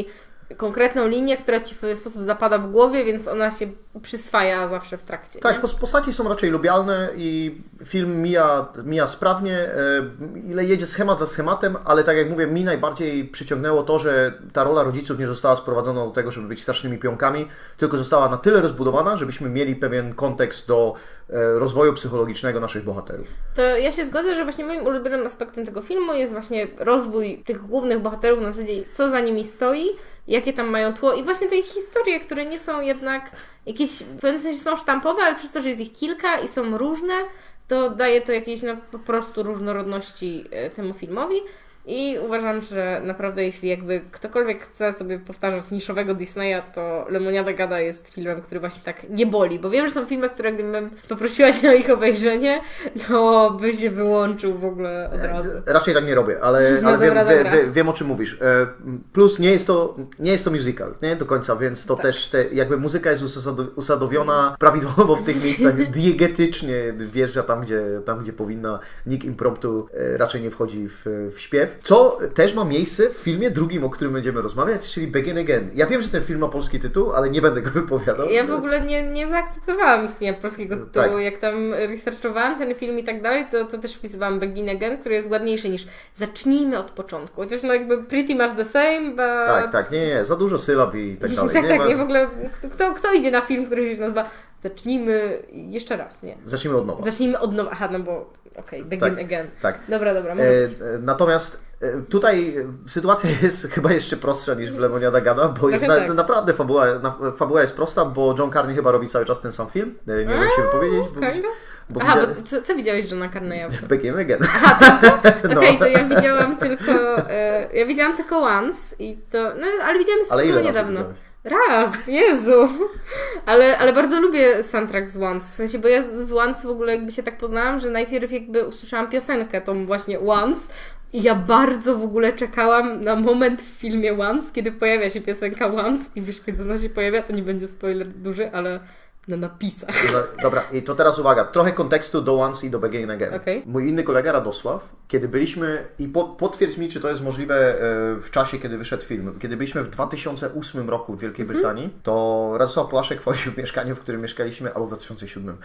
konkretną linię, która ci w pewien sposób zapada w głowie, więc ona się przyswaja zawsze w trakcie. Tak, nie? postaci są raczej lubialne i film mija, mija sprawnie, ile jedzie schemat za schematem, ale tak jak mówię, mi najbardziej przyciągnęło to, że ta rola rodziców nie została sprowadzona do tego, żeby być strasznymi pionkami, tylko została na tyle rozbudowana, żebyśmy mieli pewien kontekst do rozwoju psychologicznego naszych bohaterów. To ja się zgodzę, że właśnie moim ulubionym aspektem tego filmu jest właśnie rozwój tych głównych bohaterów na zasadzie, co za nimi stoi, jakie tam mają tło i właśnie te ich historie, które nie są jednak jakieś, w pewnym sensie są sztampowe, ale przez to, że jest ich kilka i są różne, to daje to jakiejś no, po prostu różnorodności temu filmowi. I uważam, że naprawdę jeśli jakby ktokolwiek chce sobie powtarzać niszowego Disneya, to Lemoniada Gada jest filmem, który właśnie tak nie boli, bo wiem, że są filmy, które gdybym poprosiła Cię o ich obejrzenie, to by się wyłączył w ogóle od razu. Raczej tak nie robię, ale, no ale dobra, wiem, dobra. Wie, wie, wiem o czym mówisz. Plus nie jest to, nie jest to musical, nie do końca, więc to tak. też te, jakby muzyka jest usadowiona prawidłowo w tych miejscach, diegetycznie wjeżdża tam, gdzie, tam, gdzie powinna. Nikt impromptu raczej nie wchodzi w, w śpiew. Co też ma miejsce w filmie drugim, o którym będziemy rozmawiać, czyli Begin Again. Ja wiem, że ten film ma polski tytuł, ale nie będę go wypowiadał. Ja w ogóle nie, nie zaakceptowałam istnienia polskiego tytułu. Tak. Jak tam researchowałam ten film i tak dalej, to, to też wpisywałam Begin Again, który jest ładniejszy niż Zacznijmy od początku. Chociaż no jakby pretty much the same, but... Tak, tak, nie, nie, za dużo sylab i tak dalej. tak, nie, tak, ma... nie w ogóle... Kto, kto idzie na film, który się nazywa Zacznijmy jeszcze raz, nie? Zacznijmy od nowa. Zacznijmy od nowa. Aha, no bo okej, okay, Begin tak, Again. Tak. Dobra, dobra, może e, Natomiast tutaj sytuacja jest chyba jeszcze prostsza niż w Lemoniada Gada, bo jest na, tak. naprawdę fabuła, na, fabuła jest prosta, bo John Carney chyba robi cały czas ten sam film. Nie wiem się wypowiedzieć. Okay. Bo, bo Aha, widzia... bo co, co widziałeś Johna Carneya? Begin Again. Aha, okej, okay, no. to ja widziałam tylko e, ja widziałam tylko Once i to, no ale widziałam z tego niedawno. Raz, Jezu! Ale, ale bardzo lubię soundtrack z Once. W sensie, bo ja z Once w ogóle jakby się tak poznałam, że najpierw jakby usłyszałam piosenkę, tą właśnie Once, i ja bardzo w ogóle czekałam na moment w filmie Once, kiedy pojawia się piosenka Once i wiesz, kiedy ona się pojawia, to nie będzie spoiler duży, ale na napisach. Dobra, i to teraz uwaga, trochę kontekstu do Once i do Begin Again. Okay. Mój inny kolega Radosław, kiedy byliśmy, i po, potwierdź mi, czy to jest możliwe w czasie, kiedy wyszedł film, kiedy byliśmy w dwa tysiące ósmym roku w Wielkiej mm. Brytanii, to Radosław Płaszek wchodził w mieszkanie, w którym mieszkaliśmy, albo w dwa tysiące siódmym,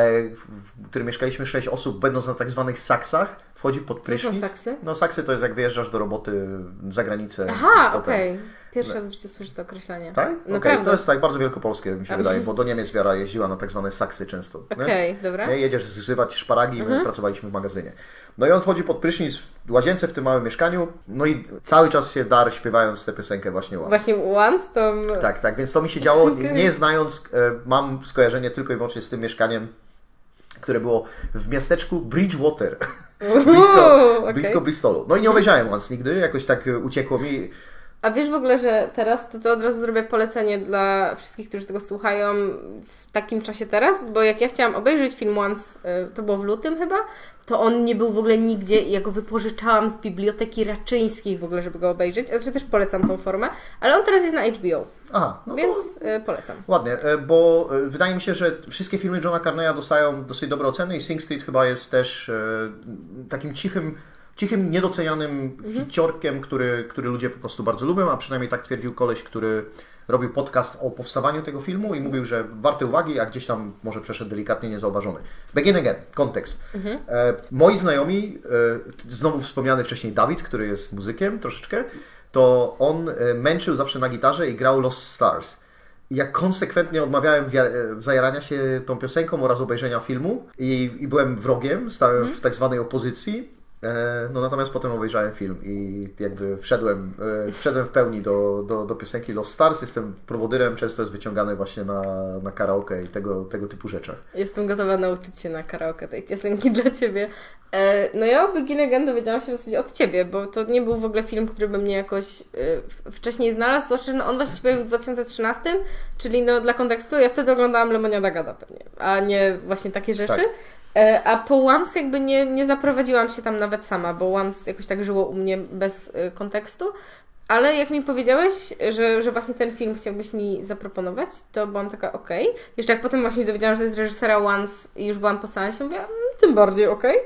w którym mieszkaliśmy sześć osób, będąc na tak zwanych saksach, wchodzi pod prysznic. Co są saksy? No saksy to jest jak wyjeżdżasz do roboty za granicę. Aha, okej. Okay. Pierwszy raz w życiu słyszę to określenie. Tak? No okay. To jest tak bardzo wielkopolskie, mi się wydaje, bo do Niemiec Wiara jeździła na tak zwane saksy często. Okej, okay, dobra. Nie? Jedziesz zżywać szparagi, my mhm. pracowaliśmy w magazynie. No i on wchodzi pod prysznic w łazience w tym małym mieszkaniu, no i cały czas się dar śpiewając tę piosenkę właśnie Once. Właśnie Once to... Tak, tak, więc to mi się działo, okay. nie znając, mam skojarzenie tylko i wyłącznie z tym mieszkaniem, które było w miasteczku Bridgewater. blisko, okay. blisko Bristolu. No i nie obejrzałem Once nigdy, jakoś tak uciekło mi. A wiesz w ogóle, że teraz to, to od razu zrobię polecenie dla wszystkich, którzy tego słuchają w takim czasie teraz, bo jak ja chciałam obejrzeć film Once, to było w lutym chyba, to on nie był w ogóle nigdzie i ja go wypożyczałam z Biblioteki Raczyńskiej w ogóle, żeby go obejrzeć. Ja też polecam tą formę, ale on teraz jest na H B O. Aha, no więc polecam. Ładnie, bo wydaje mi się, że wszystkie filmy Johna Carneya dostają dosyć dobre oceny i Sing Street chyba jest też takim cichym Cichym, niedocenianym mhm. hiciorkiem, który, który ludzie po prostu bardzo lubią, a przynajmniej tak twierdził koleś, który robił podcast o powstawaniu tego filmu i mówił, że warte uwagi, a gdzieś tam może przeszedł delikatnie niezauważony. Begin Again, kontekst. Mhm. E, moi znajomi, e, znowu wspomniany wcześniej Dawid, który jest muzykiem troszeczkę, to on e, męczył zawsze na gitarze i grał Lost Stars. I ja konsekwentnie odmawiałem zajarania się tą piosenką oraz obejrzenia filmu i, i byłem wrogiem, stałem mhm. w tak zwanej opozycji. No natomiast potem obejrzałem film i jakby wszedłem, wszedłem w pełni do, do, do piosenki Lost Stars. Jestem prowodyrem, często jest wyciągany właśnie na, na karaoke i tego, tego typu rzeczach. Jestem gotowa nauczyć się na karaoke tej piosenki dla Ciebie. No ja o Begin Again dowiedziałam się w zasadzie od Ciebie, bo to nie był w ogóle film, który by mnie jakoś wcześniej znalazł, zwłaszcza, że no on właśnie się pojawił w dwa tysiące trzynastym, czyli no dla kontekstu ja wtedy oglądałam Lemoniada Gada pewnie, a nie właśnie takie rzeczy. Tak. A po Once jakby nie, nie zaprowadziłam się tam nawet sama, bo Once jakoś tak żyło u mnie bez kontekstu, ale jak mi powiedziałeś, że, że właśnie ten film chciałbyś mi zaproponować, to byłam taka okej. Okay. Jeszcze jak potem właśnie dowiedziałam, że jest reżysera Once i już byłam po seansie, mówię, tym bardziej okej. Okay.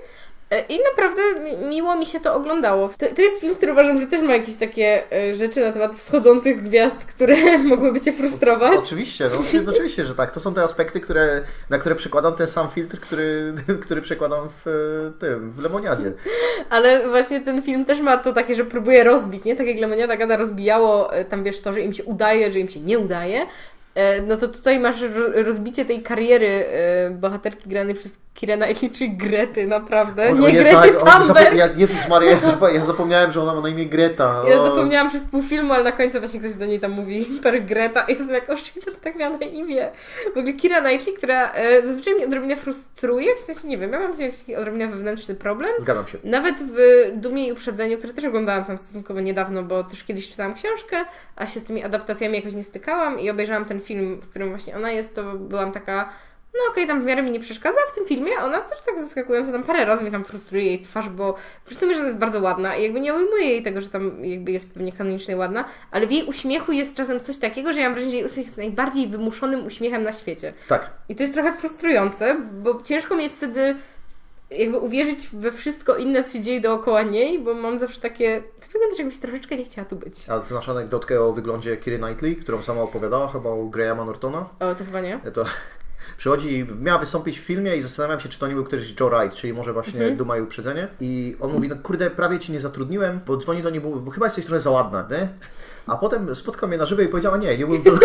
I naprawdę mi- miło mi się to oglądało. To, to jest film, który uważam, że też ma jakieś takie e, rzeczy na temat wschodzących gwiazd, które mogłyby cię frustrować. Oczywiście, no, no, oczywiście, że tak. To są te aspekty, które, na które przekładam ten sam filtr, który, który przekładam w tym, w Lemoniadzie. Ale właśnie ten film też ma to takie, że próbuje rozbić, nie? Tak jak Lemoniada Gada rozbijało, e, tam wiesz, to, że im się udaje, że im się nie udaje. E, no to tutaj masz ro- rozbicie tej kariery e, bohaterki granej przez Keira Knightley, czy Grety, naprawdę. O, nie o nie, Grety tak, o, Thunberg. zapo- ja, Jezus Maria, ja, zap- ja zapomniałem, że ona ma na imię Greta. O. Ja zapomniałam przez pół filmu, ale na końcu właśnie ktoś do niej tam mówi per Greta i jestem jak, o shit, to tak miała na imię. W ogóle Keira Knightley, która e, zazwyczaj mnie odrobinę frustruje, w sensie nie wiem, ja mam z nią jakiś taki odrobinę wewnętrzny problem. Zgadzam się. Nawet w Dumie i Uprzedzeniu, które też oglądałam tam stosunkowo niedawno, bo też kiedyś czytałam książkę, a się z tymi adaptacjami jakoś nie stykałam i obejrzałam ten film, w którym właśnie ona jest, to byłam taka, no okej, okay, tam w miarę mi nie przeszkadza. W tym filmie ona też tak zaskakująco tam parę razy mnie tam frustruje jej twarz, bo przy tym, że ona jest bardzo ładna i jakby nie ujmuję jej tego, że tam jakby jest pewnie kanonicznie ładna, ale w jej uśmiechu jest czasem coś takiego, że ja mam wrażenie, że jej uśmiech jest najbardziej wymuszonym uśmiechem na świecie. Tak. I to jest trochę frustrujące, bo ciężko mi jest wtedy jakby uwierzyć we wszystko inne, co się dzieje dookoła niej, bo mam zawsze takie, to wygląda, jakbyś troszeczkę nie chciała tu być. A znasz anegdotkę o wyglądzie Keira Knightley, którą sama opowiadała, chyba u Grahama Nortona? O, to chyba nie. To przychodzi, miała wystąpić w filmie i zastanawiam się, czy to nie był któryś Joe Wright, czyli może właśnie mhm. Duma i Uprzedzenie. I on mówi, no kurde, prawie Cię nie zatrudniłem, bo dzwoni do niej, bo, bo chyba jesteś trochę za ładna, nie? A potem spotkał mnie na żywo i powiedziała, nie, nie byłem to...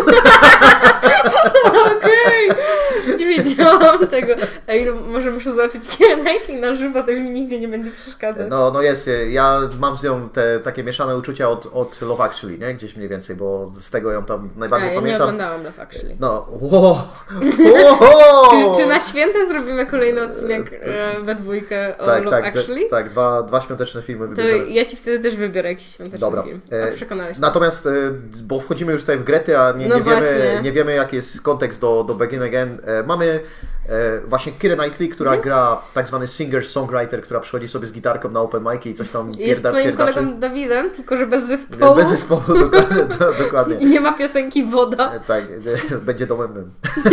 Okej, okay. Nie wiedziałam tego. Ej, no może muszę zobaczyć Keira Knightley na żywo, to już mi nigdzie nie będzie przeszkadzać. No, no jest, ja mam z nią te takie mieszane uczucia od, od Love Actually, nie? Gdzieś mniej więcej, bo z tego ją tam najbardziej A, ja pamiętam. nie oglądałam Love Actually. No, wow, wow. czy, czy na święta zrobimy kolejny odcinek e, we dwójkę o tak, Love tak, Actually? Tak, tak, dwa, dwa świąteczne filmy to wybierzemy. ja Ci wtedy też wybiorę jakiś świąteczny Dobra. film. E, A przekonałeś mnie. Natomiast, e, bo wchodzimy już tutaj w Grety, a nie, No nie, wiemy, właśnie. nie wiemy jaki jest kontekst do, do Begin Again. E, mamy e, właśnie Keira Knightley, która Mhm. gra tak zwany singer-songwriter, która przychodzi sobie z gitarką na open mic'i i coś tam Jest pierda, twoim pierdaczy. kolegą Dawidem, tylko że bez zespołu. Bez zespołu, dokładnie. do, dokładnie. I nie ma piosenki Woda. E, tak, e, będzie domem.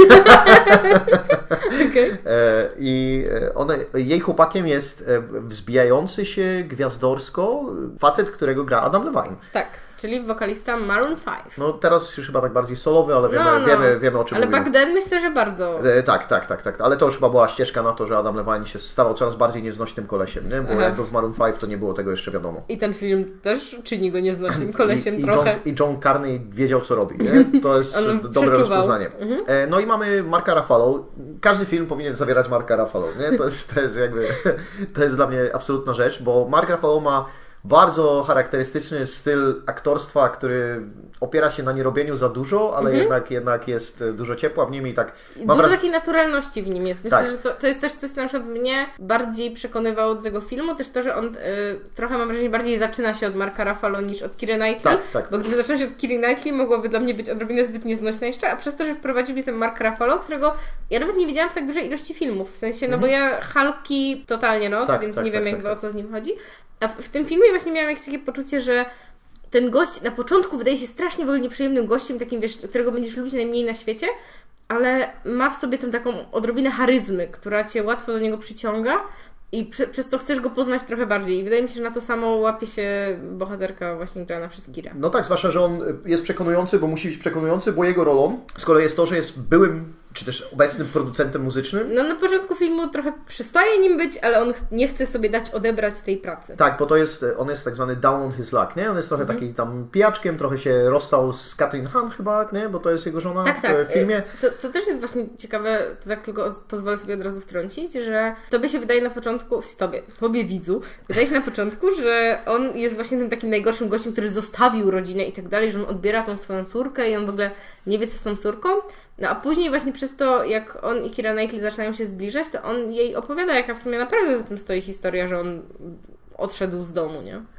Okay. E, I one, jej chłopakiem jest e, wzbijający się gwiazdorsko facet, którego gra Adam Levine. Tak, czyli wokalista Maroon five. No teraz już chyba tak bardziej solowy, ale wiemy, No, no. wiemy, wiemy o czym Ale mówimy. back then myślę, że bardzo. E, tak, tak, tak, tak. Ale to już chyba była ścieżka na to, że Adam Levine się stawał coraz bardziej nieznośnym kolesiem, nie? Bo Aha. jakby w Maroon five to nie było tego jeszcze wiadomo. I ten film też czyni go nieznośnym kolesiem I, i trochę. John, I John Carney wiedział, co robi, nie? To jest On dobre przeczuwał. rozpoznanie. Mhm. E, no i mamy Marka Ruffalo. Każdy film powinien zawierać Marka Ruffalo, nie? To jest, to jest jakby, to jest dla mnie absolutna rzecz, bo Mark Ruffalo ma bardzo charakterystyczny styl aktorstwa, który opiera się na nierobieniu za dużo, ale Mhm. jednak, jednak jest dużo ciepła w nim i tak... I mam Dużo wraż- takiej naturalności w nim jest. Myślę, Tak. że to, to jest też coś, co na przykład mnie bardziej przekonywało do tego filmu, też to, że on y, trochę mam wrażenie bardziej zaczyna się od Marka Ruffalo niż od Keira Knightley, Tak, tak. bo gdyby zaczął się od Keira Knightley, mogłaby dla mnie być odrobinę zbyt nieznośna jeszcze, a przez to, że wprowadzili ten Mark Ruffalo, którego ja nawet nie widziałam w tak dużej ilości filmów, w sensie, no bo ja Hulki totalnie not, Tak, więc tak, nie wiem tak, jakby tak, o co z nim chodzi, a w, w tym filmie właśnie miałam jakieś takie poczucie, że ten gość na początku wydaje się strasznie w ogóle nieprzyjemnym gościem, takim, wiesz, którego będziesz lubić najmniej na świecie, ale ma w sobie tę taką odrobinę charyzmy, która Cię łatwo do niego przyciąga i prze, przez co chcesz go poznać trochę bardziej. I wydaje mi się, że na to samo łapie się bohaterka właśnie grana przez Keira. No tak, zwłaszcza, że on jest przekonujący, bo musi być przekonujący, bo jego rolą z kolei jest to, że jest byłym, czy też obecnym producentem muzycznym. No na początku filmu trochę przestaje nim być, ale on ch- nie chce sobie dać odebrać tej pracy. Tak, bo to jest, on jest tak zwany down on his luck, nie? On jest trochę Mhm. taki tam pijaczkiem, trochę się rozstał z Katrin Hahn chyba, nie? Bo to jest jego żona Tak, w tak. filmie. To, co też jest właśnie ciekawe, to tak tylko pozwolę sobie od razu wtrącić, że tobie się wydaje na początku, tobie, tobie widzu, wydaje się na początku, że on jest właśnie tym takim najgorszym gościem, który zostawił rodzinę i tak dalej, że on odbiera tą swoją córkę i on w ogóle nie wie, co z tą córką. No a później właśnie przez to, jak on i Keira Knightley zaczynają się zbliżać, to on jej opowiada, jaka w sumie naprawdę za tym stoi historia, że on odszedł z domu, nie?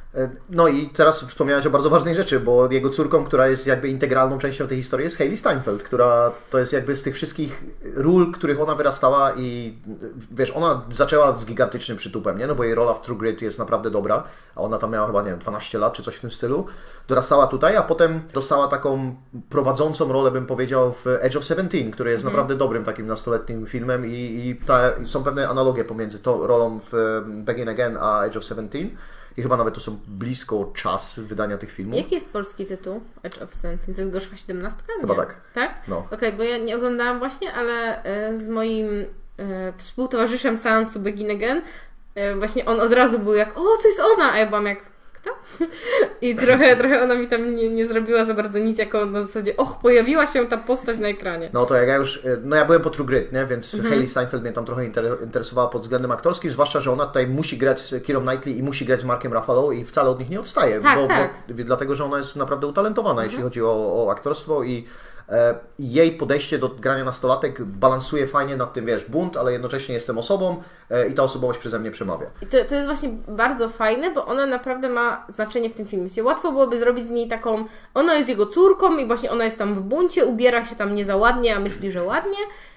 No i teraz wspomniałeś o bardzo ważnej rzeczy, bo jego córką, która jest jakby integralną częścią tej historii, jest Hailee Steinfeld, która to jest jakby z tych wszystkich ról, których ona wyrastała i wiesz, ona zaczęła z gigantycznym przytupem, nie? No bo jej rola w True Grit jest naprawdę dobra, a ona tam miała chyba, nie wiem, dwanaście lat czy coś w tym stylu. Dorastała tutaj, a potem dostała taką prowadzącą rolę, bym powiedział, w Edge of Seventeen, który jest mm. naprawdę dobrym takim nastoletnim filmem i, i ta, są pewne analogie pomiędzy tą rolą w Begin Again a Edge of Seventeen. I chyba nawet to są blisko czas wydania tych filmów. Jaki jest polski tytuł Edge of Seventeen? To jest Gorzka siedemnastka? Chyba tak. Tak? No. Okej, okay, bo ja nie oglądałam właśnie, ale z moim współtowarzyszem seansu Begin Again właśnie on od razu był jak, o, to jest ona! A ja byłam jak, kto? I trochę, trochę ona mi tam nie, nie zrobiła za bardzo nic, jako na zasadzie, och, pojawiła się ta postać na ekranie. No to jak ja już, no ja byłem po True Grit, nie? Więc mhm. Hailee Steinfeld mnie tam trochę interesowała pod względem aktorskim, zwłaszcza, że ona tutaj musi grać z Keirą Knightley i musi grać z Markiem Ruffalo i wcale od nich nie odstaje. Tak, bo, tak. Bo, dlatego, że ona jest naprawdę utalentowana, mhm. jeśli chodzi o, o aktorstwo i I jej podejście do grania nastolatek balansuje fajnie nad tym, wiesz, bunt, ale jednocześnie jestem osobą i ta osobowość przeze mnie przemawia. I to, to jest właśnie bardzo fajne, bo ona naprawdę ma znaczenie w tym filmie. Łatwo byłoby zrobić z niej taką, ona jest jego córką i właśnie ona jest tam w buncie, ubiera się tam nie za ładnie, a myśli, że ładnie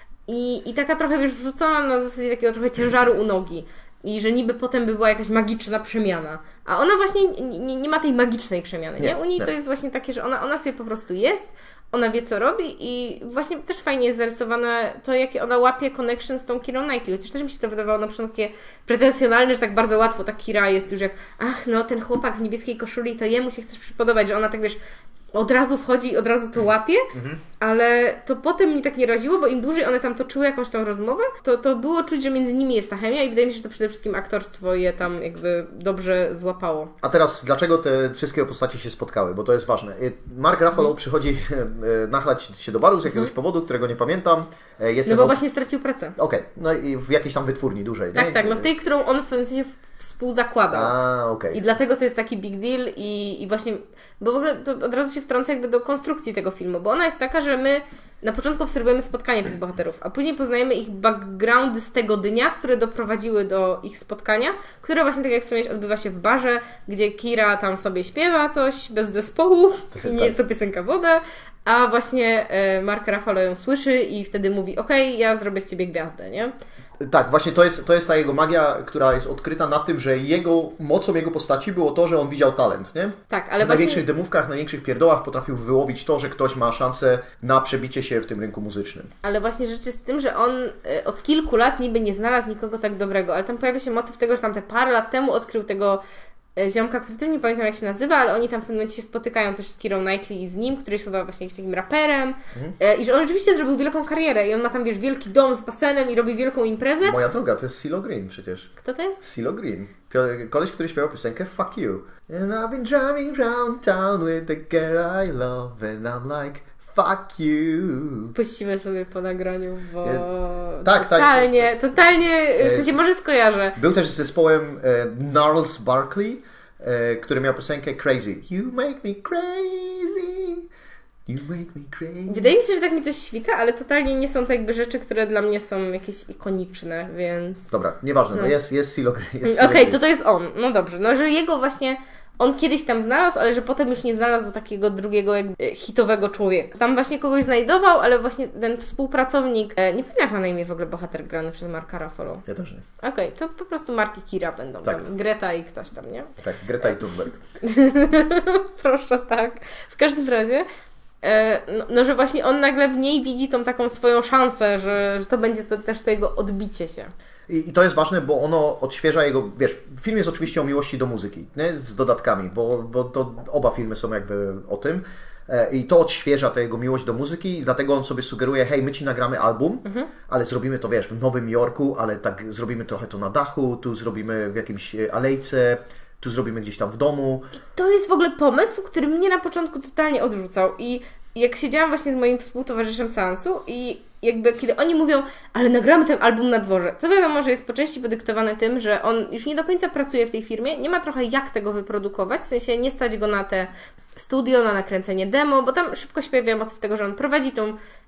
i, i taka trochę, wiesz, wrzucona na zasadzie takiego trochę ciężaru u nogi. I że niby potem by była jakaś magiczna przemiana. A ona właśnie nie, nie ma tej magicznej przemiany, nie? nie? U niej nie. To jest właśnie takie, że ona, ona sobie po prostu jest, ona wie co robi i właśnie też fajnie jest zarysowane to, jakie ona łapie connection z tą Keirą Knightley. Chociaż też mi się to wydawało na przykład takie pretensjonalne, że tak bardzo łatwo ta Keira jest już jak, ach no ten chłopak w niebieskiej koszuli, to jemu się chcesz przypodobać, że ona tak wiesz, od razu wchodzi i od razu to łapie, mhm. ale to potem mnie tak nie raziło, bo im dłużej one tam toczyły jakąś tą rozmowę, to, to było czuć, że między nimi jest ta chemia i wydaje mi się, że to przede wszystkim aktorstwo je tam jakby dobrze złapało. A teraz, dlaczego te wszystkie postaci się spotkały? Bo to jest ważne. Mark Ruffalo mhm. przychodzi nachlać się do baru z jakiegoś mhm. powodu, którego nie pamiętam. Jest no bo właśnie stracił pracę. Okej, okay. No i w jakiejś tam wytwórni dużej. Tak, nie? tak, no w tej, którą on w pewnym sensie współzakładał. A, okay. I dlatego to jest taki big deal i, i właśnie, bo w ogóle to od razu się wtrąca jakby do konstrukcji tego filmu, bo ona jest taka, że my na początku obserwujemy spotkanie tych bohaterów, a później poznajemy ich backgroundy z tego dnia, które doprowadziły do ich spotkania, które właśnie, tak jak wspomniałeś, odbywa się w barze, gdzie Keira tam sobie śpiewa coś bez zespołu i nie jest to piosenka woda, a właśnie Mark Ruffalo ją słyszy i wtedy mówi, okej, okay, ja zrobię z ciebie gwiazdę, nie? Tak, właśnie to jest, to jest ta jego magia, która jest odkryta na tym, że jego mocą jego postaci było to, że on widział talent, nie? Tak, ale w właśnie... największych demówkach, największych pierdołach potrafił wyłowić to, że ktoś ma szansę na przebicie się w tym rynku muzycznym. Ale właśnie rzecz jest w tym, że on od kilku lat niby nie znalazł nikogo tak dobrego, ale tam pojawia się motyw tego, że tam te parę lat temu odkrył tego ziomka, który też nie pamiętam jak się nazywa, ale oni tam w tym momencie się spotykają też z Keirą Knightley i z nim, który jest chyba właśnie jakimś takim raperem mhm. i że on rzeczywiście zrobił wielką karierę i on ma tam, wiesz, wielki dom z basenem i robi wielką imprezę. Moja droga, to jest CeeLo Green przecież. Kto to jest? CeeLo Green. Koleś, który śpiewał piosenkę Fuck You. And I've been driving round town with the girl I love and I'm like fuck you. Puścimy sobie po nagraniu, bo tak, totalnie, tak, totalnie, w sensie może skojarzę. Był też z zespołem e, Gnarls Barkley, e, który miał piosenkę Crazy. You make me crazy. You make me crazy. Wydaje mi się, że tak mi coś świta, ale totalnie nie są to jakby rzeczy, które dla mnie są jakieś ikoniczne, więc... Dobra, nieważne, no, no jest, jest CeeLo Green. Okej, okay, to to jest on. No dobrze, no że jego właśnie... On kiedyś tam znalazł, ale że potem już nie znalazł takiego drugiego jakby hitowego człowieka. Tam właśnie kogoś znajdował, ale właśnie ten współpracownik, nie pamiętam jak ma na imię w ogóle bohater grany przez Marka Ruffalo. Ja też nie. Okej, okay, to po prostu Mark i Keira będą tak. tam. Greta i ktoś tam, nie? Tak, Greta i Thunberg. Proszę, tak. W każdym razie, no, no, że właśnie on nagle w niej widzi tą taką swoją szansę, że, że to będzie to też to jego odbicie się. I, I to jest ważne, bo ono odświeża jego, wiesz, film jest oczywiście o miłości do muzyki, nie? Z dodatkami, bo, bo to oba filmy są jakby o tym e, i to odświeża tę jego miłość do muzyki i dlatego on sobie sugeruje, hej, my Ci nagramy album, mhm. ale zrobimy to, wiesz, w Nowym Jorku, ale tak zrobimy trochę to na dachu, tu zrobimy w jakimś alejce, tu zrobimy gdzieś tam w domu. I to jest w ogóle pomysł, który mnie na początku totalnie odrzucał i jak siedziałam właśnie z moim współtowarzyszem seansu i jakby kiedy oni mówią, ale nagramy ten album na dworze, co wiadomo, że jest po części podyktowane tym, że on już nie do końca pracuje w tej firmie, nie ma trochę jak tego wyprodukować, w sensie nie stać go na te studio, na nakręcenie demo, bo tam szybko się pojawia motyw tego, że on prowadzi tą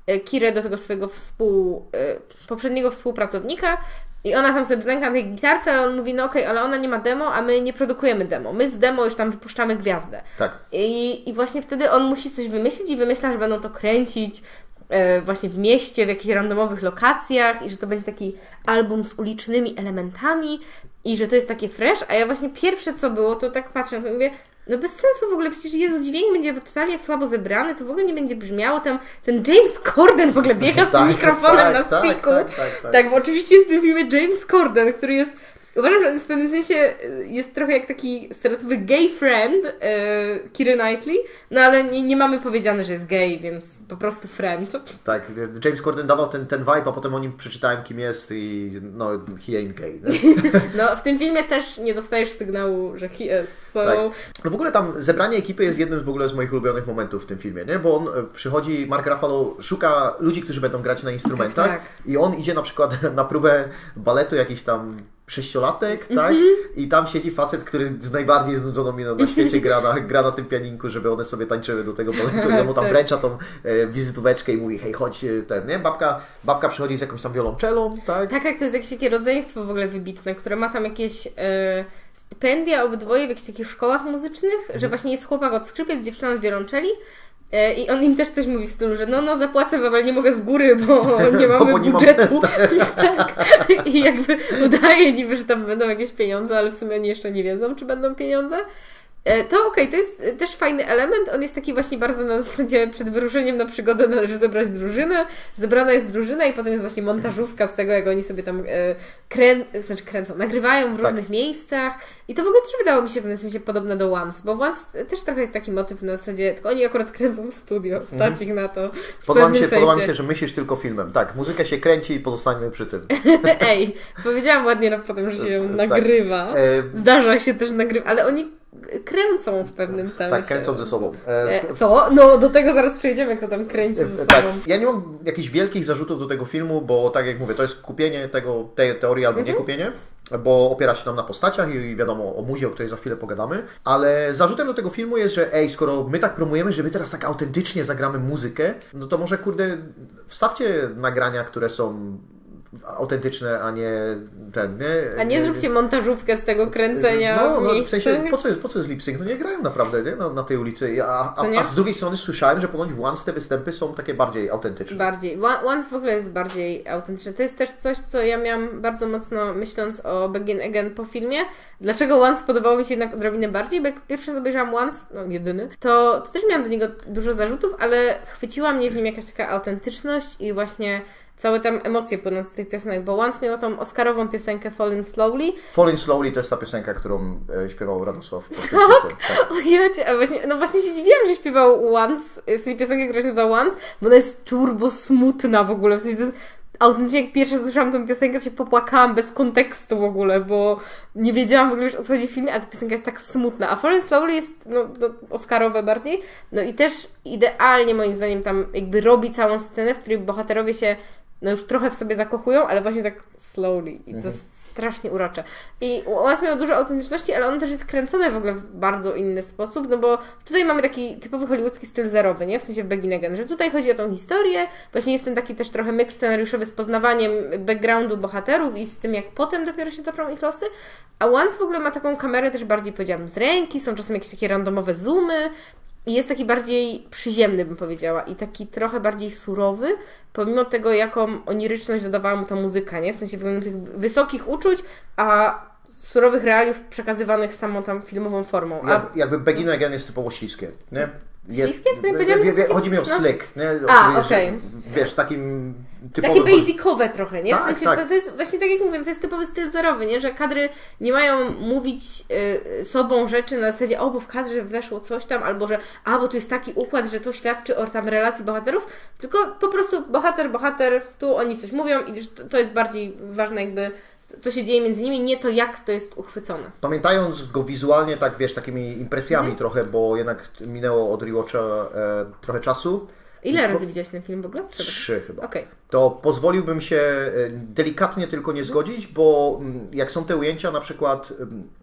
Kirę do tego swojego współ, poprzedniego współpracownika i ona tam sobie brnęka na tej gitarce, ale on mówi, no okej, okay, ale ona nie ma demo, a my nie produkujemy demo. My z demo już tam wypuszczamy gwiazdę. Tak. I, i właśnie wtedy on musi coś wymyślić i wymyśla, że będą to kręcić e, właśnie w mieście, w jakichś randomowych lokacjach i że to będzie taki album z ulicznymi elementami i że to jest takie fresh, a ja właśnie pierwsze co było, to tak patrzę na to i mówię, no bez sensu w ogóle, przecież Jezu, dźwięk będzie totalnie słabo zebrany, to w ogóle nie będzie brzmiało, tam ten James Corden w ogóle biega z tym tak, mikrofonem tak, na sticku. Tak, tak, tak, tak. tak, bo oczywiście jest w tym filmie James Corden, który jest, uważam, że on w pewnym sensie jest trochę jak taki stereotypowy gay friend yy, Kiry Knightley, no ale nie, nie mamy powiedziane, że jest gay, więc po prostu friend. Tak, James Corden dawał ten, ten vibe, a potem o nim przeczytałem, kim jest i no, he ain't gay. No, no w tym filmie też nie dostajesz sygnału, że he is, so... Tak. No w ogóle tam zebranie ekipy jest jednym z w ogóle z moich ulubionych momentów w tym filmie, nie? Bo on przychodzi, Mark Ruffalo szuka ludzi, którzy będą grać na instrumentach tak, tak. i on idzie na przykład na próbę baletu jakiś tam sześciolatek, tak? Mm-hmm. I tam siedzi facet, który z najbardziej znudzoną miną na świecie gra na, gra na tym pianinku, żeby one sobie tańczyły do tego baletu. Ja mu tam wręcza tą e, wizytóweczkę i mówi, hej, chodź, ten, nie? Babka, babka przychodzi z jakąś tam wiolonczelą, tak? Tak, tak, to jest jakieś takie rodzeństwo w ogóle wybitne, które ma tam jakieś e, stypendia obydwoje w jakichś takich szkołach muzycznych, mm-hmm. że właśnie jest chłopak od skrzypiec, dziewczyna od wiolonczeli. I on im też coś mówi w stylu, że no, no zapłacę wam, ale nie mogę z góry, bo nie mamy bo, bo budżetu. Nie mam... tak. I jakby udaje niby, że tam będą jakieś pieniądze, ale w sumie oni jeszcze nie wiedzą, czy będą pieniądze. To okej, okay, to jest też fajny element. On jest taki właśnie bardzo na zasadzie przed wyruszeniem na przygodę należy zebrać drużynę. Zebrana jest drużyna i potem jest właśnie montażówka z tego, jak oni sobie tam krę... znaczy kręcą, nagrywają w różnych tak. miejscach. I to w ogóle też wydało mi się w pewnym sensie podobne do Once, bo Once też trochę jest taki motyw na zasadzie, tylko oni akurat kręcą w studio, stać mm. ich na to. Podoba mi, się, podoba mi się, że myślisz tylko filmem. Tak, muzykę się kręci i pozostańmy przy tym. Ej, powiedziałam ładnie na potem, że się ją nagrywa. Tak. Zdarza się też nagrywać, ale oni kręcą w pewnym sensie. Tak, kręcą ze sobą. E, co? No do tego zaraz przejdziemy, kto tam kręci ze sobą. Tak. Ja nie mam jakichś wielkich zarzutów do tego filmu, bo tak jak mówię, to jest kupienie tego, tej teorii albo mhm. nie kupienie, bo opiera się tam na postaciach i wiadomo o muzie, o której za chwilę pogadamy, ale zarzutem do tego filmu jest, że ej, skoro my tak promujemy, że my teraz tak autentycznie zagramy muzykę, no to może kurde wstawcie nagrania, które są autentyczne, a nie ten, nie? A nie zróbcie montażówkę z tego kręcenia no, no, w w sensie, po co jest, po co jest lip-sync? No nie grają naprawdę, nie? Na, na tej ulicy. A, a, a z drugiej strony słyszałem, że ponoć Once te występy są takie bardziej autentyczne. Bardziej. Once w ogóle jest bardziej autentyczne. To jest też coś, co ja miałam bardzo mocno myśląc o Begin Again po filmie. Dlaczego Once podobało mi się jednak odrobinę bardziej? Bo jak pierwszy sobie obejrzałam Once, no jedyny, to, to też miałam do niego dużo zarzutów, ale chwyciła mnie w nim jakaś taka autentyczność i właśnie całe tam emocje płynące z tych piosenek, bo Once miał tą oscarową piosenkę Falling Slowly. Falling Slowly to jest ta piosenka, którą e, śpiewał Radosław. Tak? Tak. O ja a właśnie, no właśnie się dziwiłam, że śpiewał Once, w sensie piosenkę, która się nazywa Once, bo ona jest turbo smutna w ogóle, w sensie to jest autentycznie jak pierwszy słyszałam tą piosenkę, to się popłakałam bez kontekstu w ogóle, bo nie wiedziałam w ogóle już o co chodzi w filmie, a ta piosenka jest tak smutna. A Falling Slowly jest no, no, oscarowe bardziej, no i też idealnie moim zdaniem tam jakby robi całą scenę, w której bohaterowie się no już trochę w sobie zakochują, ale właśnie tak slowly i to jest strasznie urocze. I u nas miał dużo autentyczności, ale ono też jest kręcone w ogóle w bardzo inny sposób, no bo tutaj mamy taki typowy hollywoodzki styl zerowy, nie? W sensie w Begin Again, że tutaj chodzi o tą historię, właśnie jest ten taki też trochę myk scenariuszowy z poznawaniem backgroundu bohaterów i z tym, jak potem dopiero się toczą ich losy, a Once w ogóle ma taką kamerę też bardziej, powiedziałam, z ręki, są czasem jakieś takie randomowe zoomy, i jest taki bardziej przyziemny, bym powiedziała, i taki trochę bardziej surowy, pomimo tego, jaką oniryczność dodawała mu ta muzyka, nie? W sensie tych wysokich uczuć, a surowych realiów przekazywanych samą tam filmową formą. A... Jak, jakby Begin Again jest typowo śliskie, nie? Śliskie? Co nie powiedziałam, wie, wie, taki... Chodzi mi o no. slick, nie? O A, sobie, okej. Okay. Wiesz, takim typowym... Takie basicowe trochę, nie? W tak, sensie tak. To, to jest właśnie tak jak mówię, to jest typowy styl zerowy, nie? Że kadry nie mają mówić y, sobą rzeczy na zasadzie, o, bo w kadrze weszło coś tam, albo że a, bo tu jest taki układ, że to świadczy o tam relacji bohaterów, tylko po prostu bohater, bohater, tu oni coś mówią i to, to jest bardziej ważne jakby co się dzieje między nimi, nie to jak to jest uchwycone. Pamiętając go wizualnie, tak wiesz, takimi impresjami mm. trochę, bo jednak minęło od rewatcha e, trochę czasu. Ile razy widziałeś ten film w ogóle? Trzy chyba. Okay. To pozwoliłbym się delikatnie tylko nie zgodzić, bo jak są te ujęcia na przykład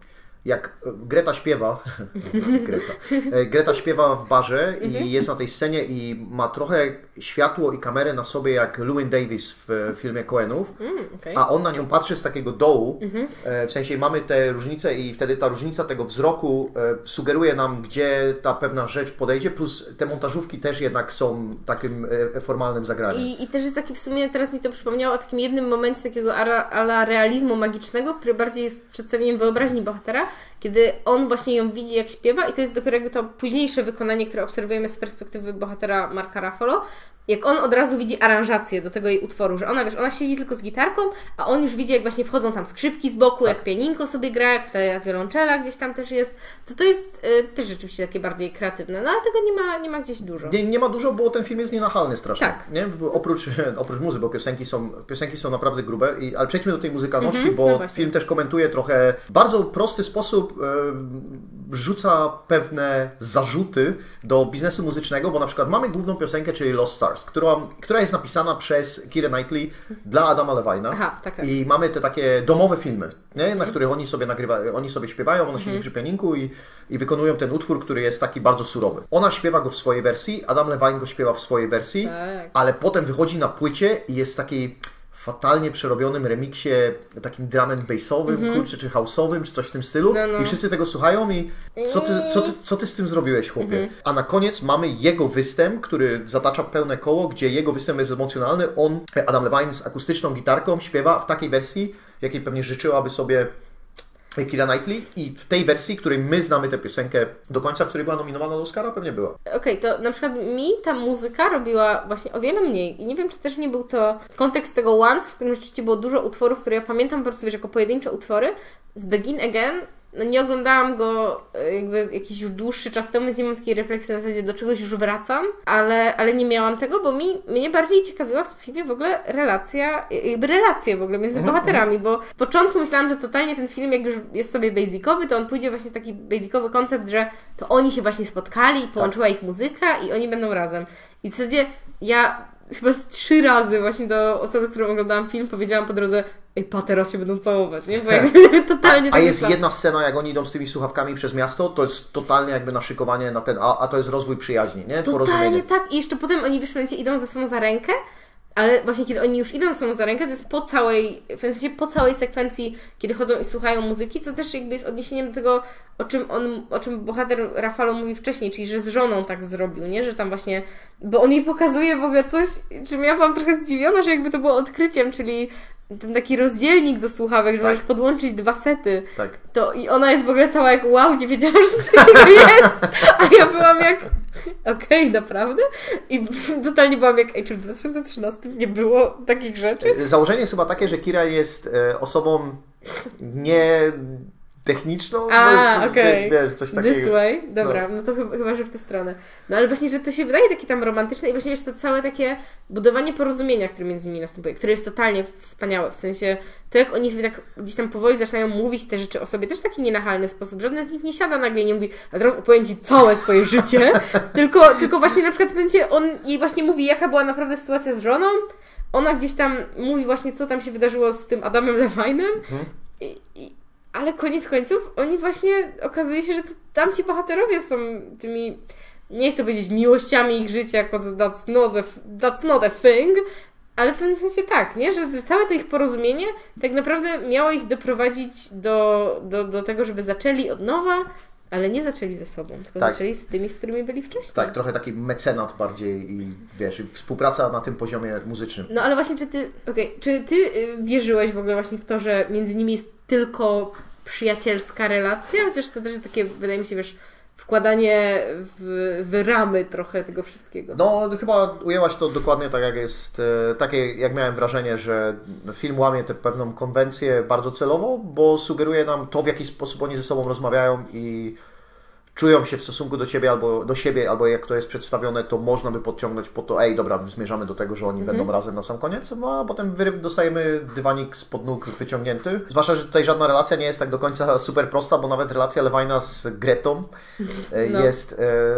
jak Greta śpiewa, Greta, Greta śpiewa w barze i jest na tej scenie i ma trochę światło i kamerę na sobie jak Llewyn Davis w filmie Coenów, Mm, okay. a on na nią patrzy z takiego dołu, w sensie mamy te różnice i wtedy ta różnica tego wzroku sugeruje nam, gdzie ta pewna rzecz podejdzie, plus te montażówki też jednak są takim formalnym zagraniem. I, I też jest taki w sumie, teraz mi to przypomniało o takim jednym momencie takiego ala, ala realizmu magicznego, który bardziej jest przedstawieniem wyobraźni bohatera, kiedy on właśnie ją widzi, jak śpiewa i to jest dopiero jakby to późniejsze wykonanie, które obserwujemy z perspektywy bohatera Marka Ruffalo, jak on od razu widzi aranżację do tego jej utworu, że ona, wiesz, ona siedzi tylko z gitarką, a on już widzi, jak właśnie wchodzą tam skrzypki z boku, tak. jak pianinko sobie gra, jak ta wiolonczela gdzieś tam też jest, to to jest y, też rzeczywiście takie bardziej kreatywne, no ale tego nie ma, nie ma gdzieś dużo. Nie, nie ma dużo, bo ten film jest nienachalny strasznie, tak. nie? Oprócz, oprócz muzy, bo piosenki są, piosenki są naprawdę grube, i, ale przejdźmy do tej muzykalności, mm-hmm, bo no film też komentuje trochę, w bardzo prosty sposób y, rzuca pewne zarzuty do biznesu muzycznego, bo na przykład mamy główną piosenkę, czyli Lost Stars, która, która jest napisana przez Keira Knightley dla Adama Levine'a. Aha, tak, tak. I mamy te takie domowe filmy, nie? Na których oni sobie nagrywają, oni sobie śpiewają, ona siedzi mm. przy pianinku i, i wykonują ten utwór, który jest taki bardzo surowy. Ona śpiewa go w swojej wersji, Adam Levine go śpiewa w swojej wersji, tak. ale potem wychodzi na płycie i jest taki fatalnie przerobionym remiksie, takim drum and bassowym, mm-hmm. kurczę, czy house'owym, czy coś w tym stylu. No, no. I wszyscy tego słuchają i co ty, co ty, co ty z tym zrobiłeś, chłopie? Mm-hmm. A na koniec mamy jego występ, który zatacza pełne koło, gdzie jego występ jest emocjonalny. On, Adam Levine z akustyczną gitarką śpiewa w takiej wersji, jakiej pewnie życzyłaby sobie Keira Knightley, i w tej wersji, której my znamy tę piosenkę do końca, w której była nominowana do Oscara, pewnie była. Okej, okay, to na przykład mi ta muzyka robiła właśnie o wiele mniej i nie wiem, czy też nie był to kontekst tego Once, w którym rzeczywiście było dużo utworów, które ja pamiętam po prostu, wiesz, jako pojedyncze utwory. Z Begin Again no nie oglądałam go jakby jakiś już dłuższy czas temu, więc nie mam takiej refleksji na zasadzie, do czegoś już wracam, ale, ale nie miałam tego, bo mi, mnie bardziej ciekawiła w tym filmie w ogóle relacja, jakby relacje w ogóle między mm-hmm. bohaterami, bo z początku myślałam, że totalnie ten film, jak już jest sobie basicowy, to on pójdzie właśnie taki basicowy koncept, że to oni się właśnie spotkali, połączyła tak. ich muzyka i oni będą razem. I w zasadzie ja chyba z trzy razy właśnie do osoby, z którą oglądałam film, powiedziałam po drodze: ej, pa, teraz się będą całować, nie? Bo jakby totalnie... A, a jest jedna scena, jak oni idą z tymi słuchawkami przez miasto, to jest totalnie jakby naszykowanie na ten, a, a to jest rozwój przyjaźni, nie? Totalnie tak. I jeszcze potem oni, wiesz, w momencie idą ze sobą za rękę, ale właśnie kiedy oni już idą ze sobą za rękę, to jest po całej, w sensie po całej sekwencji, kiedy chodzą i słuchają muzyki, co też jakby jest odniesieniem do tego, o czym on, o czym bohater Ruffalo mówi wcześniej, czyli że z żoną tak zrobił, nie? Że tam właśnie, bo on jej pokazuje w ogóle coś, czym ja byłam trochę zdziwiona, że jakby to było odkryciem, czyli ten taki rozdzielnik do słuchawek, że tak. możesz podłączyć dwa sety. Tak. To i ona jest w ogóle cała jak wow, nie wiedziałam, że coś takiego jest. A ja byłam jak okej, okay, naprawdę? I totalnie byłam jak, ej, czy w dwa tysiące trzynastym nie było takich rzeczy? Założenie jest chyba takie, że Keira jest e, osobą nie techniczną, a, no, okej, okay. wiesz, coś takiego. This way, dobra, no, no to chyba, chyba, że w tę stronę. No ale właśnie, że to się wydaje takie tam romantyczne i właśnie wiesz, to całe takie budowanie porozumienia, które między nimi następuje, które jest totalnie wspaniałe, w sensie to jak oni sobie tak gdzieś tam powoli zaczynają mówić te rzeczy o sobie, też w taki nienachalny sposób, żadne z nich nie siada nagle i nie mówi, a teraz opowiem Ci całe swoje życie, tylko, tylko właśnie na przykład w momencie on jej właśnie mówi, jaka była naprawdę sytuacja z żoną, ona gdzieś tam mówi właśnie, co tam się wydarzyło z tym Adamem Levine'em hmm. i, i ale koniec końców oni właśnie, okazuje się, że to tamci bohaterowie są tymi, nie chcę powiedzieć miłościami ich życia, jako that's not a, that's not a thing, ale w pewnym sensie tak, nie? Że, że całe to ich porozumienie tak naprawdę miało ich doprowadzić do, do, do tego, żeby zaczęli od nowa, ale nie zaczęli ze sobą, tylko tak. zaczęli z tymi, z którymi byli wcześniej. Tak, trochę taki mecenat bardziej i wiesz, współpraca na tym poziomie muzycznym. No ale właśnie, czy ty, okej, okay, czy ty wierzyłeś w ogóle właśnie w to, że między nimi jest tylko przyjacielska relacja? Chociaż to też jest takie, wydaje mi się, wiesz, wkładanie w, w ramy trochę tego wszystkiego. No, chyba ujęłaś to dokładnie tak, jak jest, takie jak miałem wrażenie, że film łamie tę pewną konwencję bardzo celowo, bo sugeruje nam to, w jaki sposób oni ze sobą rozmawiają i czują się w stosunku do ciebie albo do siebie, albo jak to jest przedstawione, to można by podciągnąć po to, ej, dobra, zmierzamy do tego, że oni mm-hmm. będą razem na sam koniec, no a potem dostajemy dywanik spod nóg wyciągnięty. Zwłaszcza, że tutaj żadna relacja nie jest tak do końca super prosta, bo nawet relacja Levina z Gretą no. jest,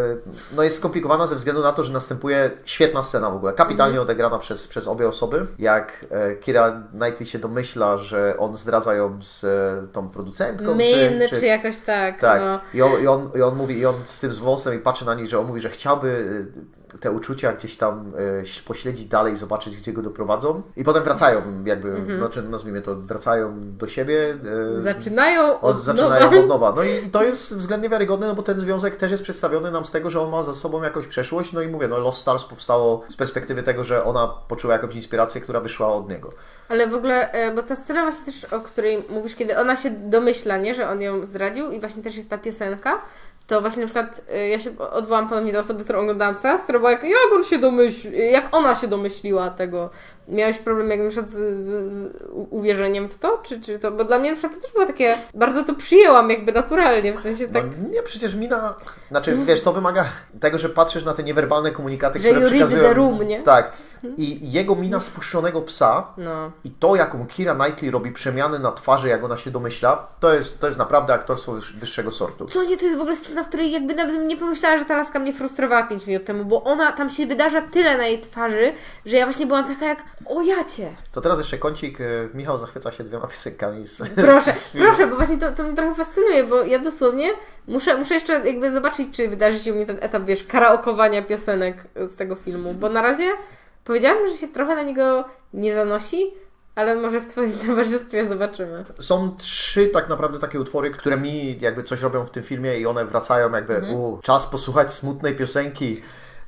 no jest skomplikowana ze względu na to, że następuje świetna scena w ogóle, kapitalnie mm-hmm. odegrana przez, przez obie osoby, jak Keira Knightley się domyśla, że on zdradza ją z tą producentką. Min, czy, czy, czy jakoś tak. Tak. No. I, on, i, on, I on mówi, i on z tym z wąsem i patrzy na nich, że on mówi, że chciałby te uczucia gdzieś tam e, pośledzić dalej, zobaczyć, gdzie go doprowadzą. I potem wracają, jakby, mm-hmm. znaczy nazwijmy to, wracają do siebie. E, zaczynają od zaczynają nowa. od nowa. No i, i to jest względnie wiarygodne, no bo ten związek też jest przedstawiony nam z tego, że on ma za sobą jakąś przeszłość. No i mówię, no Lost Stars powstało z perspektywy tego, że ona poczuła jakąś inspirację, która wyszła od niego. Ale w ogóle, bo ta scena właśnie też, o której mówisz, kiedy ona się domyśla, nie, że on ją zdradził i właśnie też jest ta piosenka, to właśnie na przykład ja się odwołam ponownie do osoby, z którą oglądałam seans, która była jak, jak on się domyślił, jak ona się domyśliła tego. Miałeś problem jak na przykład z, z, z uwierzeniem w to? Czy, czy to? Bo dla mnie na przykład to też było takie, bardzo to przyjęłam jakby naturalnie, w sensie tak... No, nie, przecież mina, znaczy wiesz, to wymaga tego, że patrzysz na te niewerbalne komunikaty, że które you przekazują... read the room, nie? Tak. I jego mina spuszczonego psa no. i to, jaką Keira Knightley robi przemiany na twarzy, jak ona się domyśla, to jest, to jest naprawdę aktorstwo wyższego sortu. Co nie, to jest w ogóle scena, w której jakby nawet nie pomyślała, że ta laska mnie frustrowała pięć minut temu, bo ona, tam się wydarza tyle na jej twarzy, że ja właśnie byłam taka jak, o jacie. To teraz jeszcze kącik, Michał zachwyca się dwiema piosenkami z, Proszę, z proszę, bo właśnie to, to mnie trochę fascynuje, bo ja dosłownie muszę, muszę jeszcze jakby zobaczyć, czy wydarzy się u mnie ten etap, wiesz, karaokowania piosenek z tego filmu, bo na razie powiedziałam, że się trochę na niego nie zanosi, ale może w Twoim towarzystwie zobaczymy. Są trzy tak naprawdę takie utwory, które mi jakby coś robią w tym filmie i one wracają jakby, mhm. u, czas posłuchać smutnej piosenki.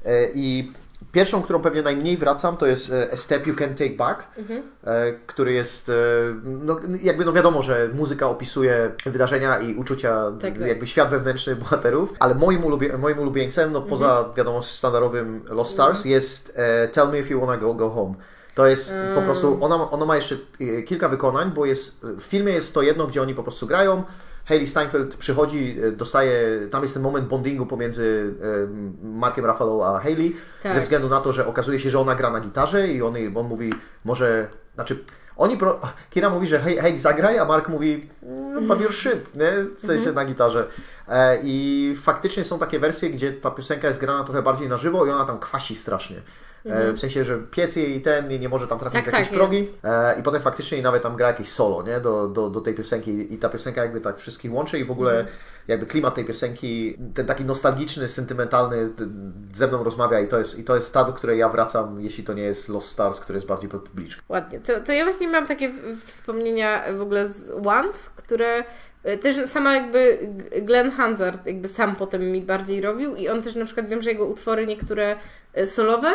I pierwszą, którą pewnie najmniej wracam, to jest A Step You Can Take Back, mhm. który jest, no jakby no wiadomo, że muzyka opisuje wydarzenia i uczucia, tak, jakby tak. świat wewnętrzny bohaterów, ale moim, ulubie, moim ulubieńcem, no poza mhm. wiadomo standardowym Lost Stars, mhm. jest Tell Me If You Wanna Go, Go Home. To jest mm. po prostu, ona, ona ma jeszcze kilka wykonań, bo jest, w filmie jest to jedno, gdzie oni po prostu grają. Hayley Steinfeld przychodzi, dostaje, tam jest ten moment bondingu pomiędzy Markiem Ruffalo a Hayley, tak. ze względu na to, że okazuje się, że ona gra na gitarze i on, on mówi, może, znaczy, oni, pro, Keira mówi, że hej, hej, zagraj, a Mark mówi, but your shit, nie? W sensie mm-hmm. na gitarze. E, I faktycznie są takie wersje, gdzie ta piosenka jest grana trochę bardziej na żywo i ona tam kwasi strasznie. Mhm. W sensie, że piec jej ten nie, nie może tam trafić tak, w jakieś tak, progi e, i potem faktycznie nawet tam gra jakieś solo, nie? Do, do, do tej piosenki i ta piosenka jakby tak wszystkich łączy i w ogóle mhm. jakby klimat tej piosenki, ten taki nostalgiczny, sentymentalny ze mną rozmawia i to jest, i to jest ta, do której ja wracam, jeśli to nie jest Lost Stars, który jest bardziej pod publiczką. Ładnie. To, to ja właśnie mam takie wspomnienia w ogóle z Once, które też sama jakby Glenn Hansard jakby sam potem mi bardziej robił i on też na przykład wiem, że jego utwory niektóre solowe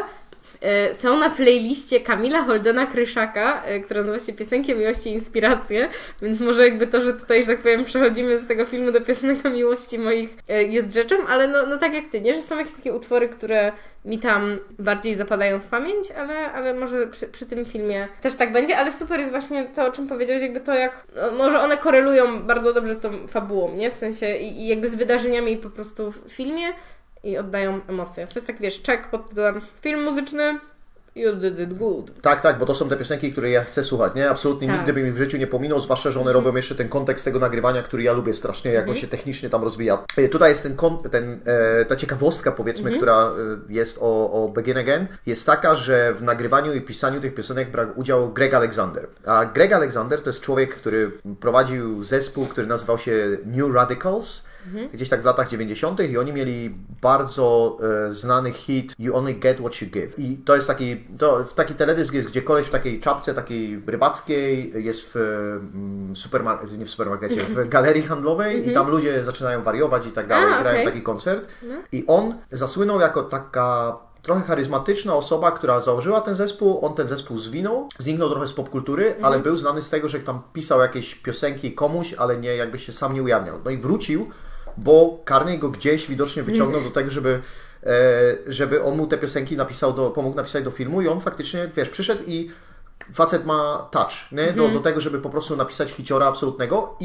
są na playliście Kamila Holdena Kryszaka, która nazywa się Piosenki o miłości i inspiracje, więc może jakby to, że tutaj, że tak powiem, przechodzimy z tego filmu do piosenek o miłości moich jest rzeczą, ale no, no tak jak ty, nie? Że są jakieś takie utwory, które mi tam bardziej zapadają w pamięć, ale, ale może przy, przy tym filmie też tak będzie, ale super jest właśnie to, o czym powiedziałeś, jakby to jak, no, może one korelują bardzo dobrze z tą fabułą, nie? W sensie i, i jakby z wydarzeniami po prostu w filmie, i oddają emocje. To jest tak, wiesz, check pod tytułem film muzyczny, you did it good. Tak, tak, bo to są te piosenki, które ja chcę słuchać, nie? Absolutnie tak. Nigdy by mi w życiu nie pominął, zwłaszcza, że one mm. robią jeszcze ten kontekst tego nagrywania, który ja lubię strasznie, jak mm. on się technicznie tam rozwija. Tutaj jest ten, ten e, ta ciekawostka, powiedzmy, mm. która jest o, o Begin Again, jest taka, że w nagrywaniu i pisaniu tych piosenek brał udział Greg Alexander. A Greg Alexander to jest człowiek, który prowadził zespół, który nazywał się New Radicals, Mhm. gdzieś tak w latach dziewięćdziesiątych i oni mieli bardzo e, znany hit You Only Get What You Give. I to jest taki, to, taki teledysk jest, gdzie koleś w takiej czapce takiej rybackiej jest w mm, supermarkecie, nie w supermarkecie, w galerii handlowej mhm. i tam ludzie zaczynają wariować i tak dalej, A, grają okay. taki koncert. No. I on zasłynął jako taka trochę charyzmatyczna osoba, która założyła ten zespół, on ten zespół zwinął, zniknął trochę z popkultury, mhm. ale był znany z tego, że tam pisał jakieś piosenki komuś, ale nie, jakby się sam nie ujawniał. No i wrócił, bo Carney go gdzieś widocznie wyciągnął do tego, żeby, e, żeby on mu te piosenki napisał, do, pomógł napisać do filmu i on faktycznie, wiesz, przyszedł i facet ma touch, nie? Do, do tego, żeby po prostu napisać hiciora absolutnego i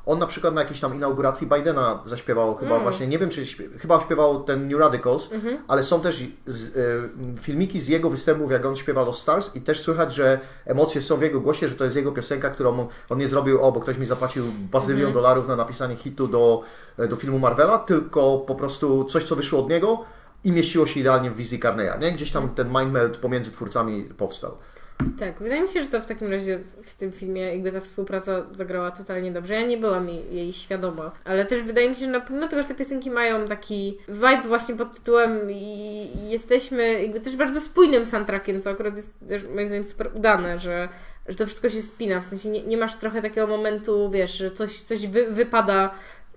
On na przykład na jakiejś tam inauguracji Bidena zaśpiewał chyba mm. właśnie, nie wiem czy śpiew, chyba śpiewał ten New Radicals, mm-hmm. ale są też z, y, filmiki z jego występów, jak on śpiewa Lost Stars i też słychać, że emocje są w jego głosie, że to jest jego piosenka, którą on, on nie zrobił, o, bo ktoś mi zapłacił bazylion mm-hmm. dolarów na napisanie hitu do, do filmu Marvela, tylko po prostu coś, co wyszło od niego i mieściło się idealnie w wizji Carneya, nie? Gdzieś tam ten mind meld pomiędzy twórcami powstał. Tak, wydaje mi się, że to w takim razie w tym filmie jakby ta współpraca zagrała totalnie dobrze. Ja nie byłam jej, jej świadoma, ale też wydaje mi się, że na pewno tego, że te piosenki mają taki vibe właśnie pod tytułem i, i jesteśmy jakby też bardzo spójnym soundtrackiem, co akurat jest też moim zdaniem super udane, że, że to wszystko się spina, w sensie nie, nie masz trochę takiego momentu, wiesz, że coś, coś wy, wypada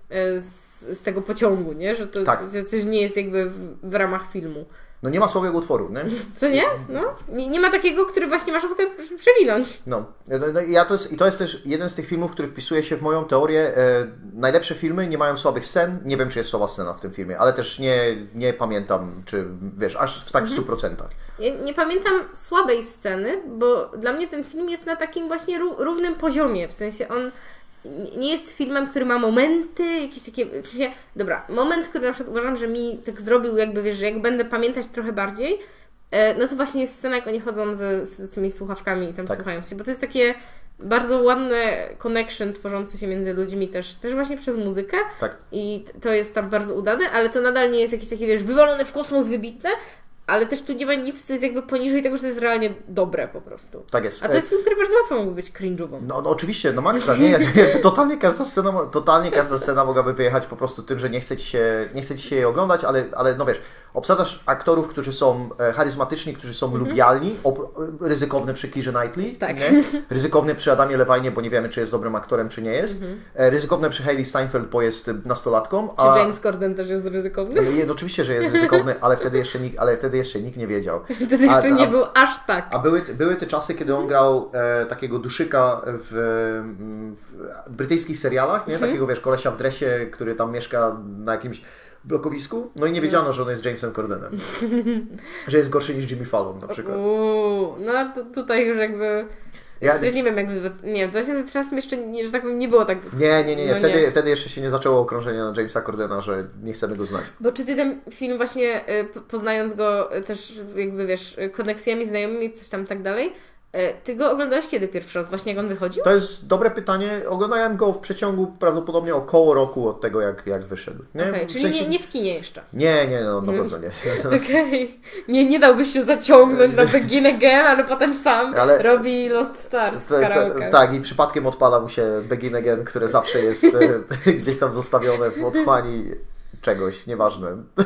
z, z tego pociągu, nie? Że to tak. coś, coś nie jest jakby w, w ramach filmu. No nie ma słabego utworu, nie? Co nie? No. Nie, nie ma takiego, który właśnie masz ochotę przewinąć. No. Ja to jest, I to jest też jeden z tych filmów, który wpisuje się w moją teorię. E, najlepsze filmy nie mają słabych scen. Nie wiem, czy jest słaba scena w tym filmie, ale też nie, nie pamiętam, czy wiesz, aż w tak stu procentach. Ja nie pamiętam słabej sceny, bo dla mnie ten film jest na takim właśnie równym poziomie. W sensie on nie jest filmem, który ma momenty, jakieś takie, w sensie, dobra, moment, który na przykład uważam, że mi tak zrobił, jakby wiesz, że jak będę pamiętać trochę bardziej, no to właśnie jest scena, jak oni chodzą z, z, z tymi słuchawkami i tam tak. słuchają się, bo to jest takie bardzo ładne connection tworzące się między ludźmi też, też właśnie przez muzykę tak. i to jest tam bardzo udane, ale to nadal nie jest jakieś takie, wiesz, wywalone w kosmos wybitne, ale też tu nie ma nic, co jest jakby poniżej tego, że to jest realnie dobre po prostu. Tak jest. A to jest film, który bardzo łatwo mógłby być cringe'ową. No, no oczywiście, no maksa, nie? totalnie, każda scena, totalnie każda scena mogłaby wyjechać po prostu tym, że nie chce ci się, nie chce ci się jej oglądać, ale, ale no wiesz, obsadzasz aktorów, którzy są charyzmatyczni, którzy są mm-hmm. lubialni, ryzykowny przy Keirze Knightley, tak. nie? Ryzykowny przy Adamie Levinie, bo nie wiemy, czy jest dobrym aktorem, czy nie jest. Mm-hmm. Ryzykowny przy Hailey Steinfeld, bo jest nastolatką. A... Czy James Corden też jest ryzykowny? No, oczywiście, że jest ryzykowny, ale wtedy jeszcze nikt, ale wtedy jeszcze nikt nie wiedział. Wtedy jeszcze a, nie a, był aż tak. A były, były te czasy, kiedy on grał e, takiego duszyka w, w brytyjskich serialach, nie? Mm-hmm. Takiego, wiesz, kolesia w dresie, który tam mieszka na jakimś blokowisku. No i nie wiedziano, że on jest Jamesem Cordenem. Że jest gorszy niż Jimmy Fallon na przykład. Uuu, no to tutaj już jakby... Ja Przecież nie wiem, jak nie, w dwa tysiące trzynastym jeszcze, nie, że tak powiem, nie było tak... Nie, nie, nie, nie. No Wtedy, nie. wtedy jeszcze się nie zaczęło okrążenie na Jamesa Cordena, że nie chcemy go znać. Bo czy ty ten film właśnie, poznając go też jakby, wiesz, koneksjami, znajomymi, coś tam tak dalej, ty go oglądałeś kiedy pierwszy raz? Właśnie jak on wychodził? To jest dobre pytanie. Oglądałem go w przeciągu prawdopodobnie około roku od tego, jak, jak wyszedł. Nie? Okay, czyli w sensie... nie, nie w kinie jeszcze? Nie, nie, no na pewno nie. Okej. Okay. Nie, nie dałbyś się zaciągnąć na Begin Again, ale potem sam ale... robi Lost Stars w karaoke. Tak, i przypadkiem odpala mu się Begin Again, które zawsze jest gdzieś tam zostawione w otchłani czegoś, nieważne.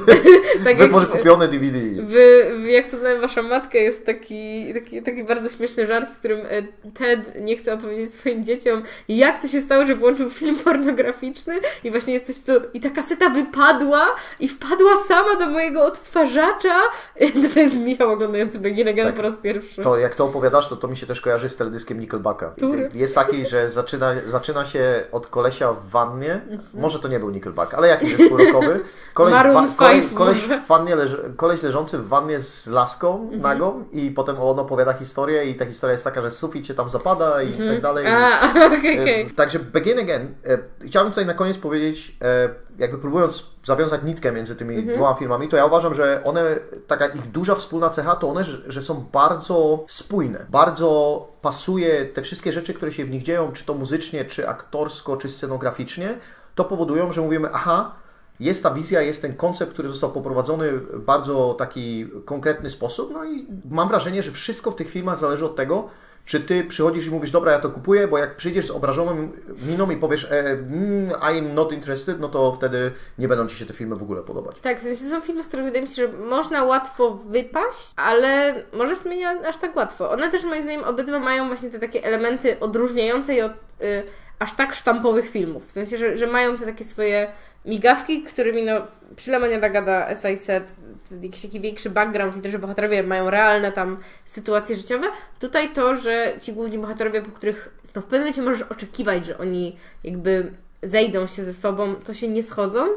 Tak Wy może kupione D V D. Wy, wy, jak poznałem waszą matkę, jest taki, taki, taki bardzo śmieszny żart, w którym Ted nie chce opowiedzieć swoim dzieciom, jak to się stało, że włączył film pornograficzny i właśnie jest coś tu, i ta kaseta wypadła i wpadła sama do mojego odtwarzacza. To jest Michał oglądający Begin Again tak. po raz pierwszy. To jak to opowiadasz, to to mi się też kojarzy z teledyskiem Nickelbacka. Który? Jest taki, że zaczyna, zaczyna się od kolesia w wannie. Mhm. Może to nie był Nickelback, ale jakiś zespół rockowy. Koleś, wa- koleś, koleś, w wannie leż- koleś leżący w wannie z laską mm-hmm. nagą i potem on opowiada historię i ta historia jest taka, że sufit się tam zapada i mm-hmm. tak dalej. A, okay, okay. Także Begin Again. E, chciałbym tutaj na koniec powiedzieć, e, jakby próbując zawiązać nitkę między tymi mm-hmm. dwoma filmami, to ja uważam, że one, taka ich duża wspólna cecha to one, że, że są bardzo spójne. Bardzo pasuje te wszystkie rzeczy, które się w nich dzieją, czy to muzycznie, czy aktorsko, czy scenograficznie, to powodują, że mówimy, aha, jest ta wizja, jest ten koncept, który został poprowadzony w bardzo taki konkretny sposób, no i mam wrażenie, że wszystko w tych filmach zależy od tego, czy ty przychodzisz i mówisz, dobra, ja to kupuję, bo jak przyjdziesz z obrażoną miną i powiesz e, mm, I'm not interested, no to wtedy nie będą ci się te filmy w ogóle podobać. Tak, w sensie to są filmy, z których wydaje mi się, że można łatwo wypaść, ale może w sumie nie aż tak łatwo. One też moim zdaniem obydwa mają właśnie te takie elementy odróżniające je od y, aż tak sztampowych filmów. W sensie, że, że mają te takie swoje migawki, którymi no przy Lemoniada gada, as I said, jakiś taki większy background i to, że bohaterowie mają realne tam sytuacje życiowe. Tutaj to, że ci główni bohaterowie, po których no w pewnym momencie możesz oczekiwać, że oni jakby zejdą się ze sobą, to się nie schodzą,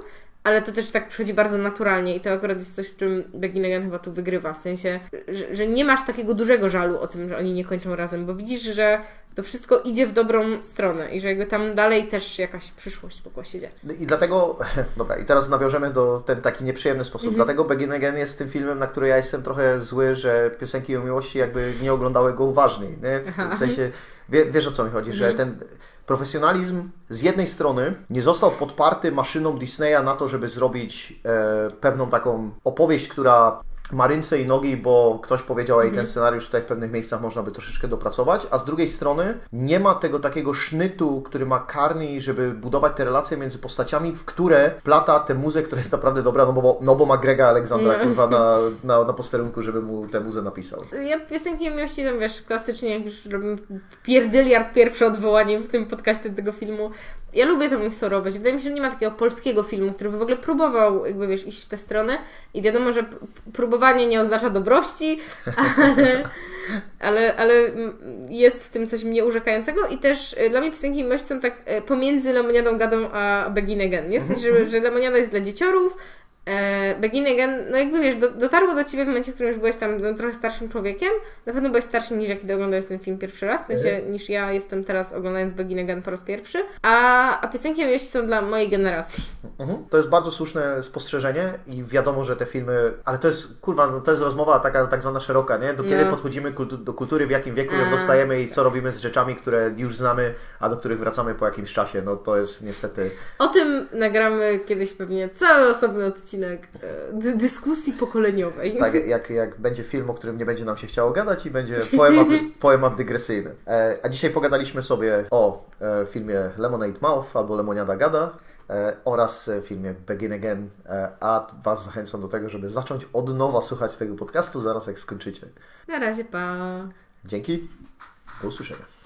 ale to też tak przychodzi bardzo naturalnie i to akurat jest coś, w czym Begin Again chyba tu wygrywa, w sensie, że, że nie masz takiego dużego żalu o tym, że oni nie kończą razem, bo widzisz, że to wszystko idzie w dobrą stronę i że jakby tam dalej też jakaś przyszłość mogła się dziać. I dlatego, dobra, i teraz nawiążemy do ten taki nieprzyjemny sposób. Mhm. Dlatego Begin Again jest tym filmem, na który ja jestem trochę zły, że Piosenki o miłości jakby nie oglądały go uważniej. Nie? W, w sensie, wie, wiesz o co mi chodzi, mhm. że ten profesjonalizm z jednej strony nie został podparty maszyną Disneya na to, żeby zrobić e, pewną taką opowieść, która ma ręce i nogi, bo ktoś powiedział, ej, ten scenariusz tutaj w pewnych miejscach można by troszeczkę dopracować, a z drugiej strony nie ma tego takiego sznytu, który ma Carney, żeby budować te relacje między postaciami, w które plata tę muzę, która jest naprawdę dobra, no bo, no bo ma Grega Aleksandra no. kurwa na, na, na posterunku, żeby mu tę muzę napisał. Ja Piosenki o miłości tam, wiesz, klasycznie, jak już robimy pierdyliard pierwsze odwołanie w tym podcaście tego filmu, ja lubię tą ich sorowość. Wydaje mi się, że nie ma takiego polskiego filmu, który by w ogóle próbował, jakby wiesz, iść w tę stronę i wiadomo, że próbowanie nie oznacza dobrości, ale, ale, ale jest w tym coś mnie urzekającego i też dla mnie Piosenki o miłości są tak pomiędzy Lemoniadą Gadą a Begin Again, nie? W sensie, że, że Lemoniada jest dla dzieciorów, Begin Again, no jakby wiesz, do, dotarło do Ciebie w momencie, w którym już byłeś tam no, trochę starszym człowiekiem. Na pewno byłeś starszy niż ja, kiedy oglądałeś ten film pierwszy raz, w sensie mhm. niż ja jestem teraz oglądając Begin Again po raz pierwszy. A, a Piosenki o miłości są dla mojej generacji. Mhm. To jest bardzo słuszne spostrzeżenie i wiadomo, że te filmy, ale to jest, kurwa, no to jest rozmowa taka tak zwana szeroka, nie? Do kiedy no. podchodzimy kultu, do kultury, w jakim wieku ją dostajemy i co robimy z rzeczami, które już znamy, a do których wracamy po jakimś czasie. No to jest niestety... O tym nagramy kiedyś pewnie cały osobny odcinek dy- dyskusji pokoleniowej. Tak, jak, jak będzie film, o którym nie będzie nam się chciało gadać i będzie poemat, poemat dygresyjny. E, a dzisiaj pogadaliśmy sobie o e, filmie Lemonade Mouth albo Lemoniada Gada e, oraz filmie Begin Again, e, a Was zachęcam do tego, żeby zacząć od nowa słuchać tego podcastu zaraz jak skończycie. Na razie, pa! Dzięki, do usłyszenia.